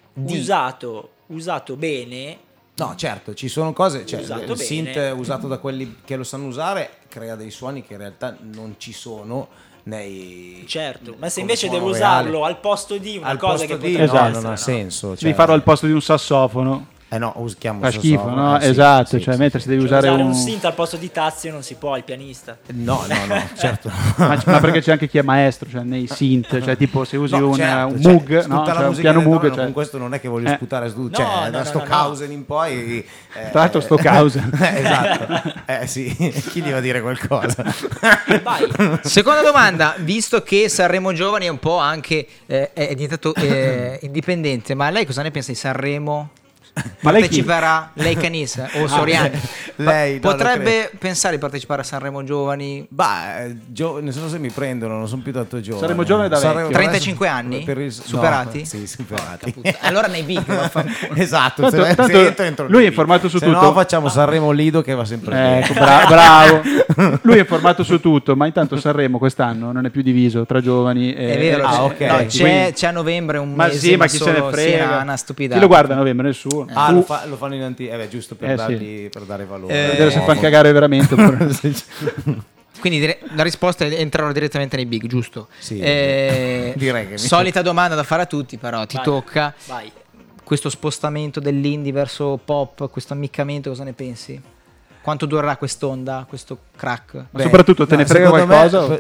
usato bene. No, certo, ci sono cose, cioè Usato il bene. synth usato da quelli che lo sanno usare crea dei suoni che in realtà non ci sono nei. Certo, ma se come invece suono devo reale. usarlo al posto di una Al cosa posto che di, potrebbe no, essere, non ha no. senso. Devi farlo al posto di un sassofono. No, usiamo Fa il schifo, sassofono, no? sì, Esatto, sì, cioè sì, mentre sì. si devi Cioè, usare un un... synth al posto di Tazio non si può, il pianista. No, certo. ma perché c'è anche chi è maestro, cioè nei synth, cioè tipo se usi No, un certo, Moog, cioè, no? tutta la Cioè un musica piano Moog, elettronica, cioè... con questo non è che voglio sputare su, No, cioè no, da no, Stockhausen in poi Tra l'altro Stockhausen. esatto, sì, chi gli va a dire qualcosa? Seconda domanda, visto che Sanremo Giovani è un po' anche è diventato indipendente, ma lei cosa ne pensa di Sanremo? Ma lei chi? Parteciperà lei Canis o Soriani? Lei, no, potrebbe pensare di partecipare a Sanremo Giovani? Nel senso, se mi prendono non sono più tanto giovane. Saremo giovani da vecchio. 35 anni? Superati? No, sì, superati. Allora nei big vaffanculo. Esatto, Tanto entro lui è lì. informato su Se tutto. no facciamo Sanremo Lido che va sempre bene. Ecco, bravo. Lui è informato su tutto, ma intanto Sanremo quest'anno non è più diviso tra giovani e... È vero, ok. c'è a novembre un Ma mese, sì, ma chi se ne solo- sì, frega. una stupidata. Chi lo guarda a novembre? Nessuno. Lo fanno in giusto per sì. per dare valore. Vedere se fanno cagare veramente. oppure- Quindi la risposta è entrare direttamente nei big, giusto? Sì, direi che solita domanda da fare a tutti, però ti Vai, tocca. vai. Questo spostamento dell'indie verso pop, questo ammiccamento, cosa ne pensi? Quanto durerà quest'onda, questo crack? Ma soprattutto te ne frega qualcosa?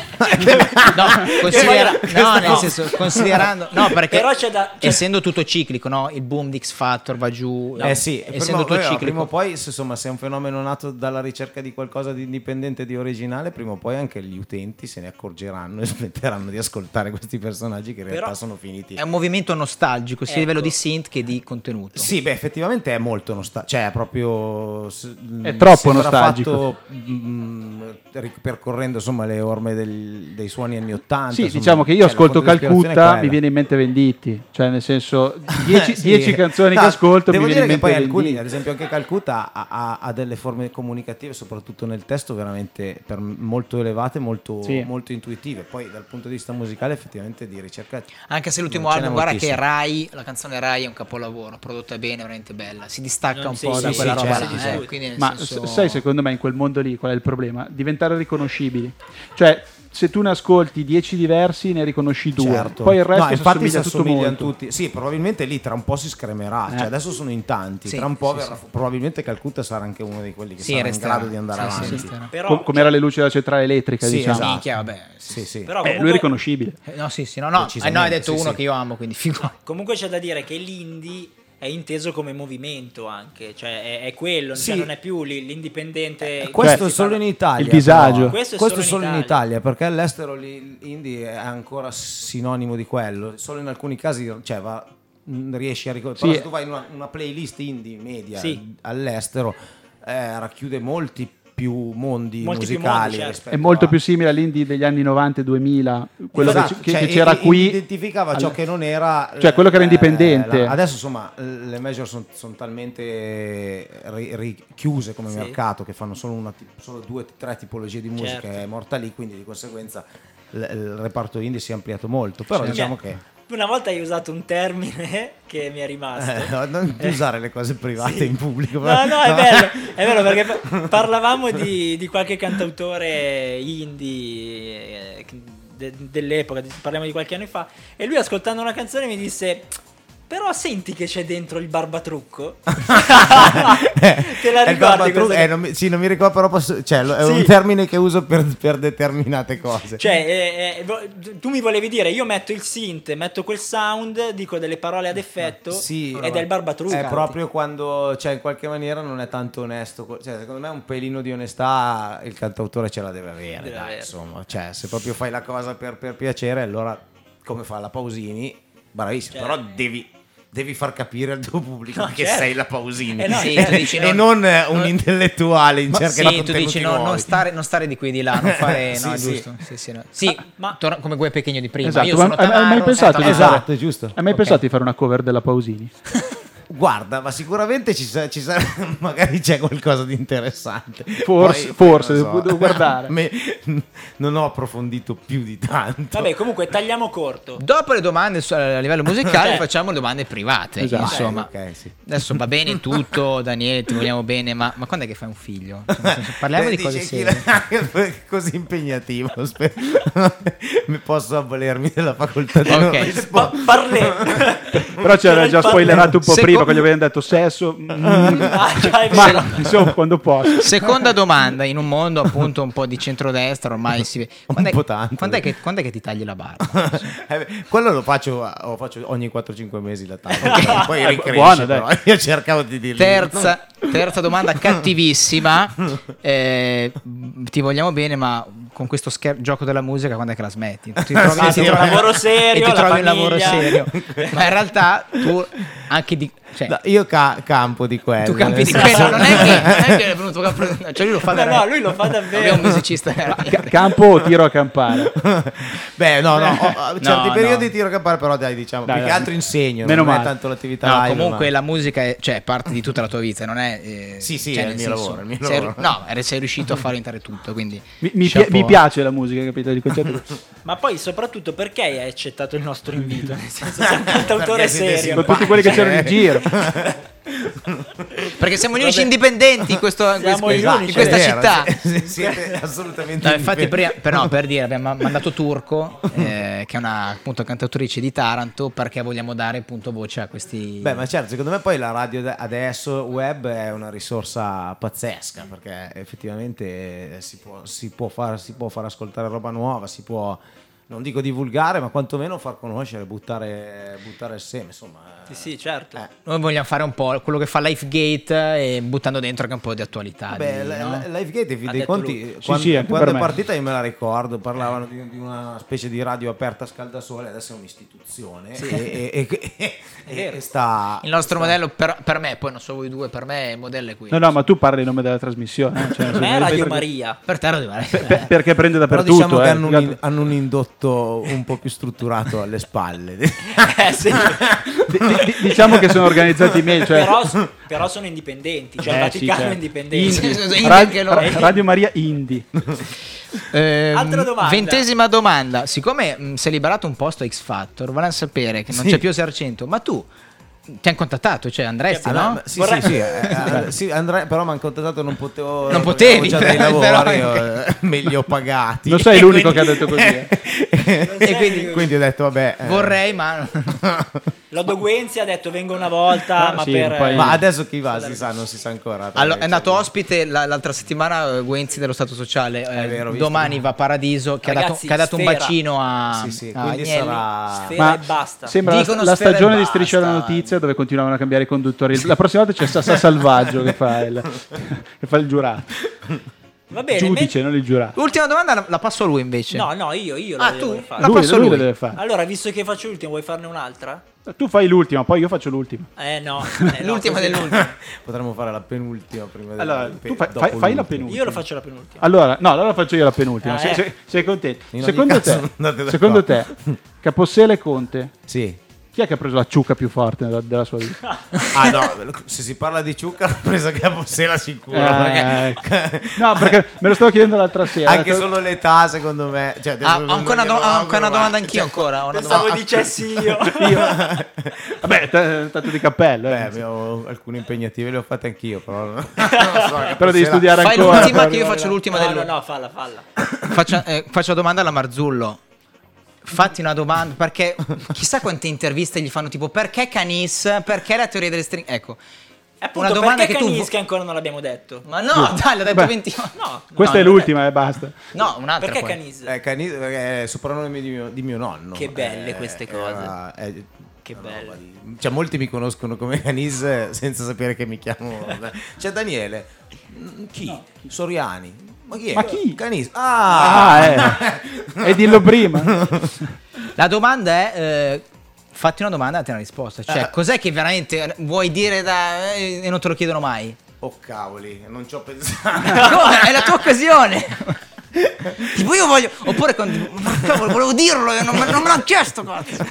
Nel senso, considerando, no, perché Però c'è essendo tutto ciclico, no? Il boom di X Factor va giù, Sì, essendo tutto ciclico. prima o poi, insomma, se è un fenomeno nato dalla ricerca di qualcosa di indipendente, di originale, prima o poi anche gli utenti se ne accorgeranno e smetteranno di ascoltare questi personaggi che in realtà Però sono finiti. È un movimento nostalgico, sia a livello di Ecco. synth che di contenuto. Sì, beh, effettivamente è molto nostalgico, cioè è proprio È troppo sembra nostalgico. fatto, percorrendo insomma le orme dei suoni anni 80. Sì, insomma, diciamo che io cioè, la ascolto fonte di ispirazione è Calcutta, quella. mi viene in mente Venditti, cioè nel senso 10 Sì. canzoni No, che ascolto mi devo viene dire in che mente poi alcuni, Venditti. ad esempio anche Calcutta ha delle forme comunicative, soprattutto nel testo, veramente molto elevate, molto, Sì. molto intuitive. Poi dal punto di vista musicale effettivamente di ricerca, Anche se l'ultimo non ce n'è album, guarda che moltissimo. Rai, la canzone Rai è un capolavoro, prodotta bene, veramente bella. Si distacca Non un sì, po' sì, da sì, quella roba certo, là, sì. quindi nel Ma senso... sai, secondo me in quel mondo lì qual è il problema? Diventare riconoscibili. Cioè, se tu ne ascolti 10 diversi, ne riconosci 2. Certo. Poi il resto No, infatti si assomiglia tutto assomigliano molto. tutti. Sì, probabilmente lì tra un po' si scremerà. Cioè, adesso sono in tanti. Sì, tra un po' sì, verrà, sì. probabilmente Calcutta sarà anche uno di quelli che Sì, sarà resterà. in grado di andare Sì, sì, avanti. resterà. Però, Come era le luci della centrale elettrica, Sì, diciamo. esatto. Minchia, vabbè. Sì, sì. però Lui è comunque, riconoscibile. No, sì, sì, no, no. Decisamente, No, hai detto sì, uno sì. che io amo, quindi figo. comunque c'è da dire che l'indie è inteso come movimento anche, cioè è quello, Sì. cioè non è più l'indipendente. Questo si è solo parla- in Italia. il disagio. però. Questo è Questo solo in in Italia, perché all'estero l'indie è ancora sinonimo di quello. Solo in alcuni casi, cioè va riesci a ricordare. Sì. Però se tu vai in una playlist indie media all'estero, racchiude molti più mondi musicali. È molto più simile all'indie degli anni 90 e 2000, quello Esatto, che cioè, c'era qui. Identificava ciò che non era. Cioè quello che era indipendente. Adesso insomma le major sono talmente chiuse come mercato che fanno solo 2-3 tipologie di musica, Certo. è morta lì, quindi di conseguenza il reparto indie si è ampliato molto. Però diciamo che. Una volta hai usato un termine che mi è rimasto. Non usare le cose private in pubblico. No, è vero perché parlavamo di qualche cantautore indie dell'epoca, parliamo di qualche anno fa, e lui ascoltando una canzone mi disse: però senti che c'è dentro il barbatrucco? Te la ricordi? Non mi ricordo, però è un termine che uso per determinate cose. Cioè, tu mi volevi dire, io metto il synth, metto quel sound, dico delle parole ad effetto, ed è il barbatrucco. È proprio quando, cioè, in qualche maniera non è tanto onesto. Cioè, secondo me un pelino di onestà il cantautore ce la deve avere. Insomma, cioè, se proprio fai la cosa per piacere, allora come fa la Pausini, bravissimo, però devi far capire al tuo pubblico che sei la Pausini tu dici, e non un intellettuale in cerca di tu dici non stare di qui e di là, non fare no, Sì, giusto. Sì. Come Gue Pechegno di prima. Esatto, Io sono hai mai Tamaro, pensato di esatto, giusto. Hai mai pensato di fare una cover della Pausini? Guarda, ma sicuramente ci sarà, magari c'è qualcosa di interessante. Forse, devo guardare. Non ho approfondito più di tanto. Vabbè, comunque tagliamo corto. Dopo le domande a livello musicale facciamo domande private. Esatto. Insomma, Okay, sì. adesso va bene tutto, Daniele, ti vogliamo bene, ma quando è che fai un figlio? Cioè, nel senso, parliamo di cose serie. Così impegnativo. Mi posso avvalermi della facoltà di non rispondere. Però c'era già spoilerato un po' prima quando abbiamo detto sesso. Ma insomma, quando posso. Seconda domanda, in un mondo appunto un po' di centrodestra ormai si vede. Quando è che ti tagli la barba? Quello lo faccio ogni 4-5 mesi la taglio. Poi ricresce, però. Io cercavo di dirlo. Terza domanda cattivissima. Ti vogliamo bene, ma con questo gioco della musica quando è che la smetti? Ti trovi un lavoro serio, e ti la trovi un lavoro famiglia. serio. Ma in realtà tu anche di No, io campo di quello. Tu campi di quello, non è che è venuto campo, cioè lui lo fa No, lui lo fa davvero. È un musicista. Campo o tiro a campare? Beh, no, certi periodi no. tiro a campare, però diciamo, più che altro insegno, Meno non è male. tanto l'attività No, live, comunque ma... la musica è parte di tutta la tua vita, non è Sì, cioè, è nel il mio senso, lavoro, è il mio sei, lavoro. no, sei riuscito a far entrare tutto, quindi Mi piace la musica, capito? Di concetto. Ma poi soprattutto perché hai accettato il nostro invito? Nel senso, sei un cantautore serio. Con tutti quelli che c'erano in giro. Perché siamo gli unici indipendenti in questa città. Siete assolutamente No, infatti indipendenti. però per dire abbiamo mandato Turco che è una appunto cantautrice di Taranto, perché vogliamo dare appunto voce a questi. Beh, ma certo, secondo me poi la radio adesso web è una risorsa pazzesca, perché effettivamente si può far ascoltare roba nuova, si può, non dico divulgare, ma quantomeno far conoscere, buttare il seme, insomma. Sì, certo. Noi vogliamo fare un po' quello che fa Lifegate e buttando dentro anche un po' di attualità. Beh, no? Lifegate, dei conti, anche quando per è me. partita io me la ricordo, parlavano di una specie di radio aperta a scaldasole, adesso è un'istituzione e sta... Il nostro modello per me, poi non so voi due, per me il modello è qui. No, ma tu parli in nome della trasmissione. Cioè, Per me è Radio Maria. Per te Radio Maria. Perché prende Però dappertutto. diciamo che hanno un indotto un po' più strutturato alle spalle. Sì. Diciamo che sono organizzati meglio. Cioè... Però sono indipendenti, cioè il sì, Vaticano certo. è indipendente. Radio Maria Indie. Altra domanda. 20ª domanda. Siccome si è liberato un posto a X Factor, volevo sapere che non c'è più Sarcento, ma tu ti hanno contattato, cioè andresti, no? Sì, andrei, però mi hanno contattato, non potevo. Non potevi, già dei lavori però- meglio pagati. Non sei l'unico che ha detto così. E quindi ho detto, vabbè. Vorrei, ma Lodo Guenzi ha detto vengo una volta, ma sì, per... poi- Ma adesso chi va? Non si sa ancora. allora, è andato ospite l'altra settimana Guenzi dello Stato Sociale. vero, ho visto. Domani va a Paradiso, che Ragazzi, ha dato un Sfera. bacino a Sì, a quindi Agnelli. sarà. Sfera e basta. Sembra Dicono la Sfera e stagione di basta. Striscia la Notizia, dove continuavano a cambiare i conduttori. La prossima volta c'è Sassa Salvaggio che fa il giurato. Va bene, giudice, non il giurato. L'ultima domanda la passo a lui invece. No, io Ah, la tu? devo fare. La passo a lui lui. lo deve fare. Allora, visto che faccio l'ultimo, vuoi farne un'altra? Tu fai l'ultima, poi io faccio l'ultima. No. L'ultima così dell'ultima. Potremmo fare la penultima prima Allora, tu fai dopo la l'ultima. penultima. Io lo faccio la penultima. Allora faccio io la penultima. Ah, Sei contento? In ogni caso, andate Secondo d'accordo. te, Capossela e Conte, Sì. chi è che ha preso la ciuca più forte della sua vita? Ah no, se si parla di ciucca l'ho presa Capossela sicuro. No, perché me lo stavo chiedendo l'altra sera. Anche solo l'età, secondo me. Cioè, Ho ancora una domanda anch'io ancora. Ho una Pensavo domanda. dicessi io. Vabbè, tanto di cappello. Abbiamo alcune impegnative, le ho fatte anch'io, però non so, Però devi studiare Fai ancora. l'ultima che io faccio l'ultima No, falla. Faccio la domanda alla Marzullo. Fatti una domanda, perché chissà quante interviste gli fanno, tipo perché Canis, perché la teoria delle stringhe. Ecco, Appunto, una domanda perché che tu Canis che ancora non l'abbiamo detto. Ma no, dai, l'ho detto 20. No, Questa è l'ultima, basta. No, un'altra. perché poi. Canis? Canis è il soprannome di mio nonno. Che belle queste cose. Che bello. Cioè, molti mi conoscono come Canis senza sapere che mi chiamo. C'è Daniele. Chi? Soriani. Ma chi è? Ma chi? Canis. E dillo prima. La domanda è fatti una domanda e date una risposta. Cioè, cos'è che veramente vuoi dire e non te lo chiedono mai? Oh cavoli, non ci ho pensato. Come? È la tua occasione. Tipo io voglio. Oppure ma cavolo, volevo dirlo e non me l'hanno chiesto, cazzo.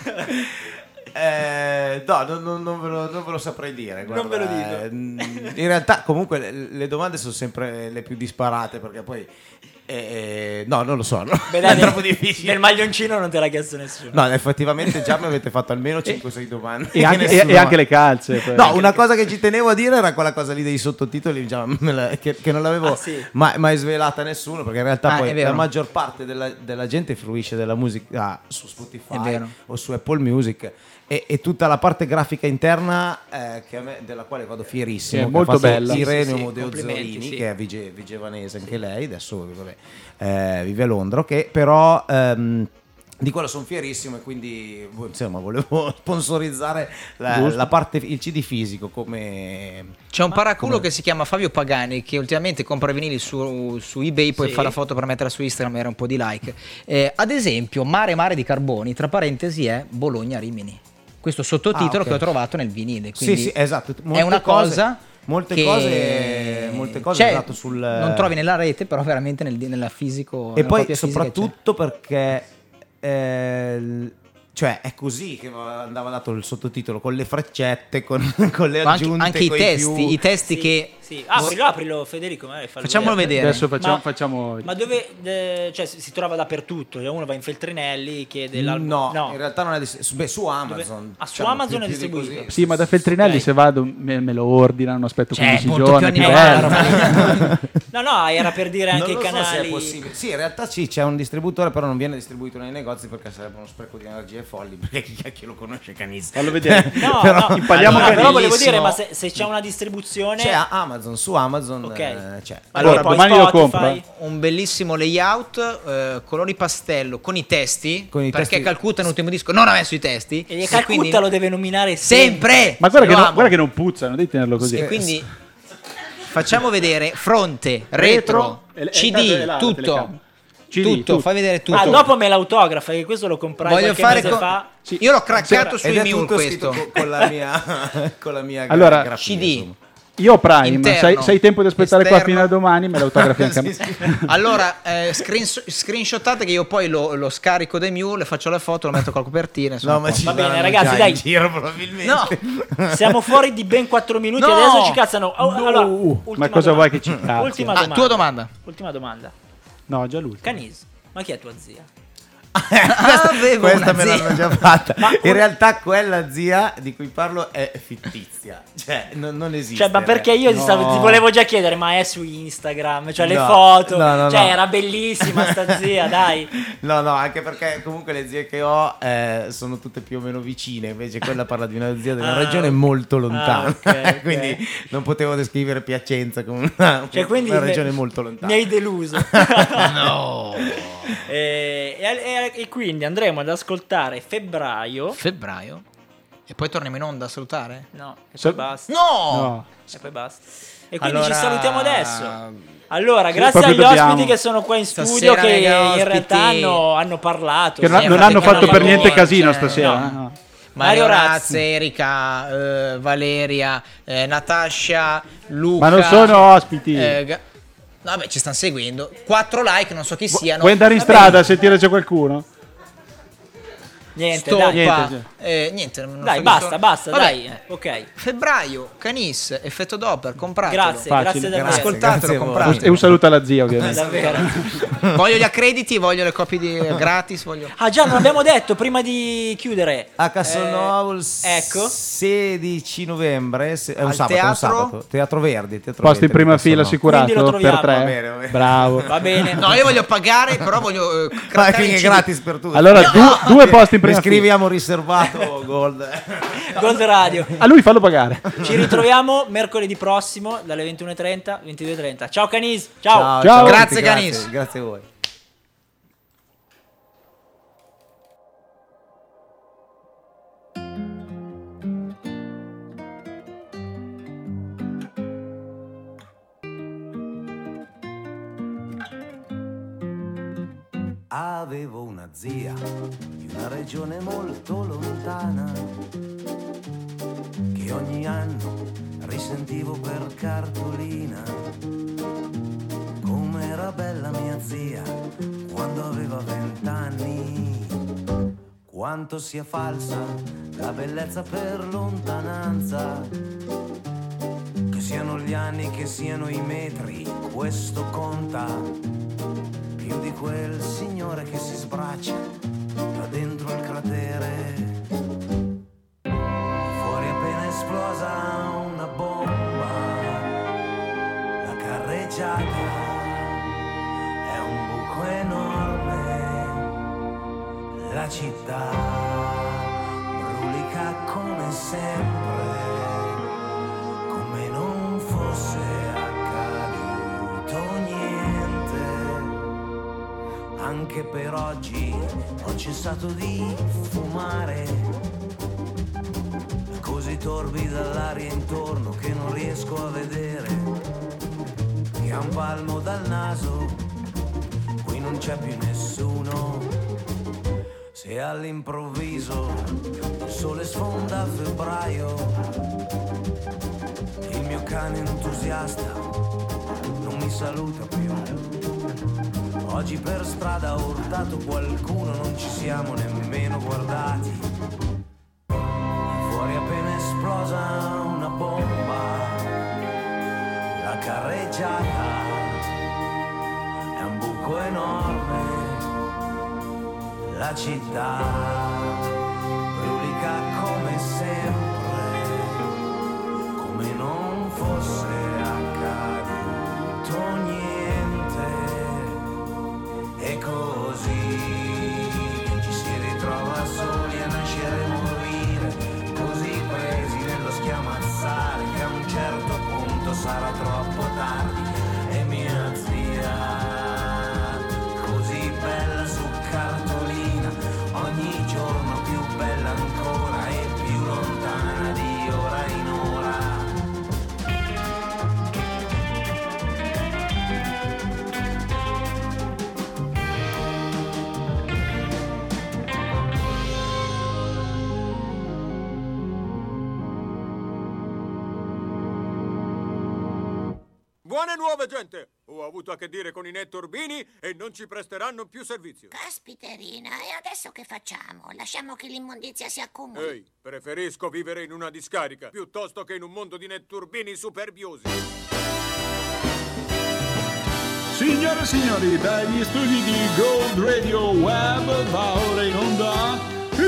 No, non ve lo saprei dire. Guarda, Non ve lo dico. In realtà, comunque, le domande sono sempre le più disparate perché poi. No, non lo so. No? Beh, È troppo difficile. Nel maglioncino non te l'ha chiesto nessuno. No, effettivamente già mi avete fatto almeno 5-6 domande. E anche le calze. Poi. No, una cosa che ci tenevo a dire era quella cosa lì dei sottotitoli, già, che non l'avevo mai svelata a nessuno, perché in realtà poi la maggior parte della gente fruisce della musica su Spotify o su Apple Music. E tutta la parte grafica interna della quale vado fierissimo, è molto bella. Irene Sì, Modeo complimenti, Zorini, sì. che è vigevanese anche lei, adesso vive a Londra, che però di quello sono fierissimo e quindi insomma volevo sponsorizzare la parte, il CD fisico come. C'è un paraculo che si chiama Fabio Pagani che ultimamente compra vinili su eBay, poi Sì. fa la foto per metterla su Instagram e era un po' di like. Ad esempio, Mare di Carboni, tra parentesi, è Bologna-Rimini. Questo sottotitolo che ho trovato nel vinile. Quindi Sì, esatto. è una cosa. Molte cose cioè, esatto, non trovi nella rete, però veramente nella fisico. E nella poi copia fisica soprattutto perché cioè è così che andava dato il sottotitolo, con le freccette, con le aggiunte, anche i coi testi, più. i testi Sì, che sì. Aprilo Federico, magari fallo Facciamolo vedere. Adesso facciamo. Ma dove cioè si trova dappertutto? Uno va in Feltrinelli, chiede l'album. No, in realtà non è su Amazon. Su Amazon è distribuito. Sì, ma da Feltrinelli Ok. se vado me lo ordinano, aspetto Cioè, 15 molto giorni. più Più animale. No, era per dire anche Non i lo so se è canali. possibile. Sì, in realtà sì, c'è un distributore, però non viene distribuito nei negozi perché sarebbe uno spreco di energie folli. Perché chi cacchio lo conosce Canis? Fallo vedere. No, Però- no. Impariamo Allora, però Canis. volevo dire, ma se c'è una distribuzione. C'è Amazon, su Amazon Ok. c'è. Allora, poi domani lo Spotify. compro. un bellissimo layout, colori pastello con i testi. Con i perché testi- Calcutta nell'ultimo disco non ha messo i testi. E Calcutta lo deve nominare sempre. Ma guarda Lo che, amo. guarda che non puzzano, devi tenerlo così. E quindi facciamo vedere fronte, retro, CD, la tutto. telecamera. CD, tutto, tutto. fai vedere tutto. Ah, dopo me l'autografa, che questo lo comprai Voglio qualche fare mese co- fa. Io l'ho craccato Ed sui è Mule tutto questo. scritto con la mia con la mia Allora, grafia, CD. insomma. Io ho Prime, Interno, sei tempo di aspettare qua esterno. fino a domani, me l'autografi anche a me. Allora, screenshottate che io poi lo scarico dai Mule, faccio le foto, lo metto con la copertina. insomma, No, ma poi. ci Va bene, daranno ragazzi, già dai. in giro probabilmente. No. Siamo fuori di ben 4 minuti No. e adesso ci cazzano. Allora, ultima Ma cosa domanda. vuoi che ci cazzi? Ultima Ah, domanda. tua domanda. Ultima domanda. No, già lui. Canis, ma chi è tua zia? Avevo Questa una me zia. l'hanno già fatta. Ma In realtà quella zia di cui parlo è fittizia, cioè non esiste. Cioè, ma perché io ti volevo già chiedere, ma è su Instagram? Cioè, le foto. no, cioè, no. era bellissima sta zia, dai. No, anche perché comunque le zie che ho sono tutte più o meno vicine, invece quella parla di una zia di una regione molto lontana, ok. quindi non potevo descrivere Piacenza come una Quindi regione molto lontana. Mi hai deluso. No. E quindi andremo ad ascoltare Febbraio. E poi torniamo in onda a salutare? No, e poi basta. No! E poi basta. E quindi Allora- ci salutiamo adesso. Allora, Sì, grazie agli proprio dobbiamo. ospiti che sono qua in studio, Stasera, che mega in ospiti. realtà hanno parlato. Che non Sì, hanno fatto per niente casino cioè, stasera. no. No. Mario Mario Razzi, Erika, Valeria, Natascia, Luca. Ma non sono ospiti. Vabbè, ci stanno seguendo. 4 like, non so chi siano. Vuoi andare in Va strada bene. a sentire c'è qualcuno? Niente, Stoppa. dai. Niente, non Dai, so chi basta, sono. basta, Vabbè. dai. Ok. Febbraio, Canis, Effetto Doppler, compratelo. Grazie, Facile. grazie davvero. Ascoltatelo, Grazie a voi. compratelo. E un saluto alla zia, ovviamente. Davvero. Voglio gli accrediti, voglio le copie gratis, voglio... Ah già, non abbiamo detto prima di chiudere. A Castelnuovo il ecco. 16 novembre, è un Al sabato, teatro? un sabato. Teatro Verdi. Posto in prima fila assicurato Quindi lo troviamo. per 3. Va bene, va bene. Bravo. Va bene. No, io voglio pagare, però voglio... Ma craccare che in è CD. gratis per tutti. Allora, due posti in prima fila. Scriviamo riservato Gold. Gold Radio. A lui fallo pagare. Ci ritroviamo mercoledì prossimo dalle 21:30 22:30. Ciao Canis. Ciao. Ciao. Grazie, Grazie, Canis. grazie a voi. Avevo una zia in una regione molto lontana che ogni anno risentivo per cartolina. Come era bella mia zia quando aveva 20 anni. Quanto sia falsa la bellezza per lontananza. Che siano gli anni, che siano i metri, questo conta più di quel signore che si sbraccia da dentro il cratere. Fuori appena esplosa una bomba, la carreggiata è un buco enorme, la città brulica come sempre, come non fosse accaduto niente. Anche per oggi ho cessato di fumare, così torbida l'aria intorno che non riesco a vedere, che a un palmo dal naso qui non c'è più nessuno. Se all'improvviso il sole sfonda a febbraio, il mio cane entusiasta non mi saluta più. Oggi per strada ho urtato qualcuno, non ci siamo nemmeno guardati. Fuori appena esplosa una bomba, la carreggiata è un buco enorme, la città brulica come sempre, come non fosse accaduto niente. E così ci si ritrova soli a nascere e morire, così presi nello schiamazzare che a un certo punto sarà troppo tardi. E mia zia, così bella su cartolina, ogni giorno più bella ancora e più lontana di ora in ora. Buone nuove, gente! Ho avuto a che dire con i netturbini e non ci presteranno più servizio. Caspiterina, e adesso che facciamo? Lasciamo che l'immondizia si accumuli? Ehi, preferisco vivere in una discarica piuttosto che in un mondo di netturbini superbiosi. Signore e signori, dagli studi di Gold Radio Web va ora in onda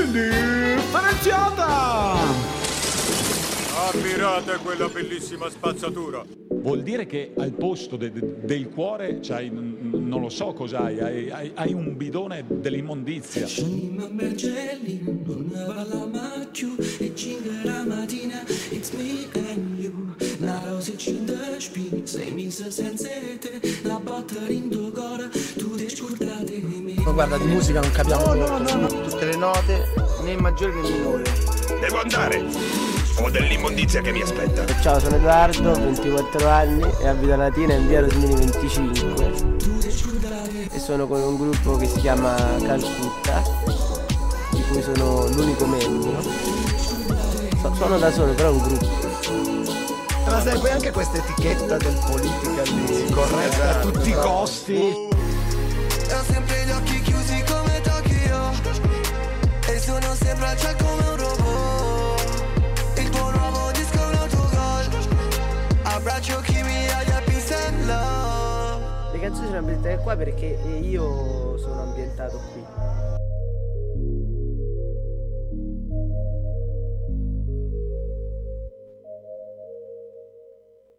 Indifferenziata! Ammirate quella bellissima spazzatura. Vuol dire che al posto del cuore c'hai, non lo so cos'hai, hai un bidone dell'immondizia. Ma Bergelli non ne parla più e 5 la mattina it's me and you. La rosa ci da spin, sei messa senza te, la botta in tuo cuore, tu ti scordate di me. Ma guarda, di musica non capiamo tutte le note, né il maggiore né il minore. Devo andare. Ho dell'immondizia che mi aspetta. Ciao, sono Edoardo, 24 anni e abito a Latina in via Rosmini 25 e sono con un gruppo che si chiama Calcutta, di cui sono l'unico membro. Sono da solo, però è un gruppo. Ma sai, poi anche questa etichetta del politically corretta a tutti i costi. E ho sempre gli occhi chiusi come Tokyo e sono sempre al cielo come un robot. Il tuo nuovo disco è un autogol. Abbraccio chi mi odia, peace and love. Le canzoni sono ambientate qua perché io sono ambientato qui.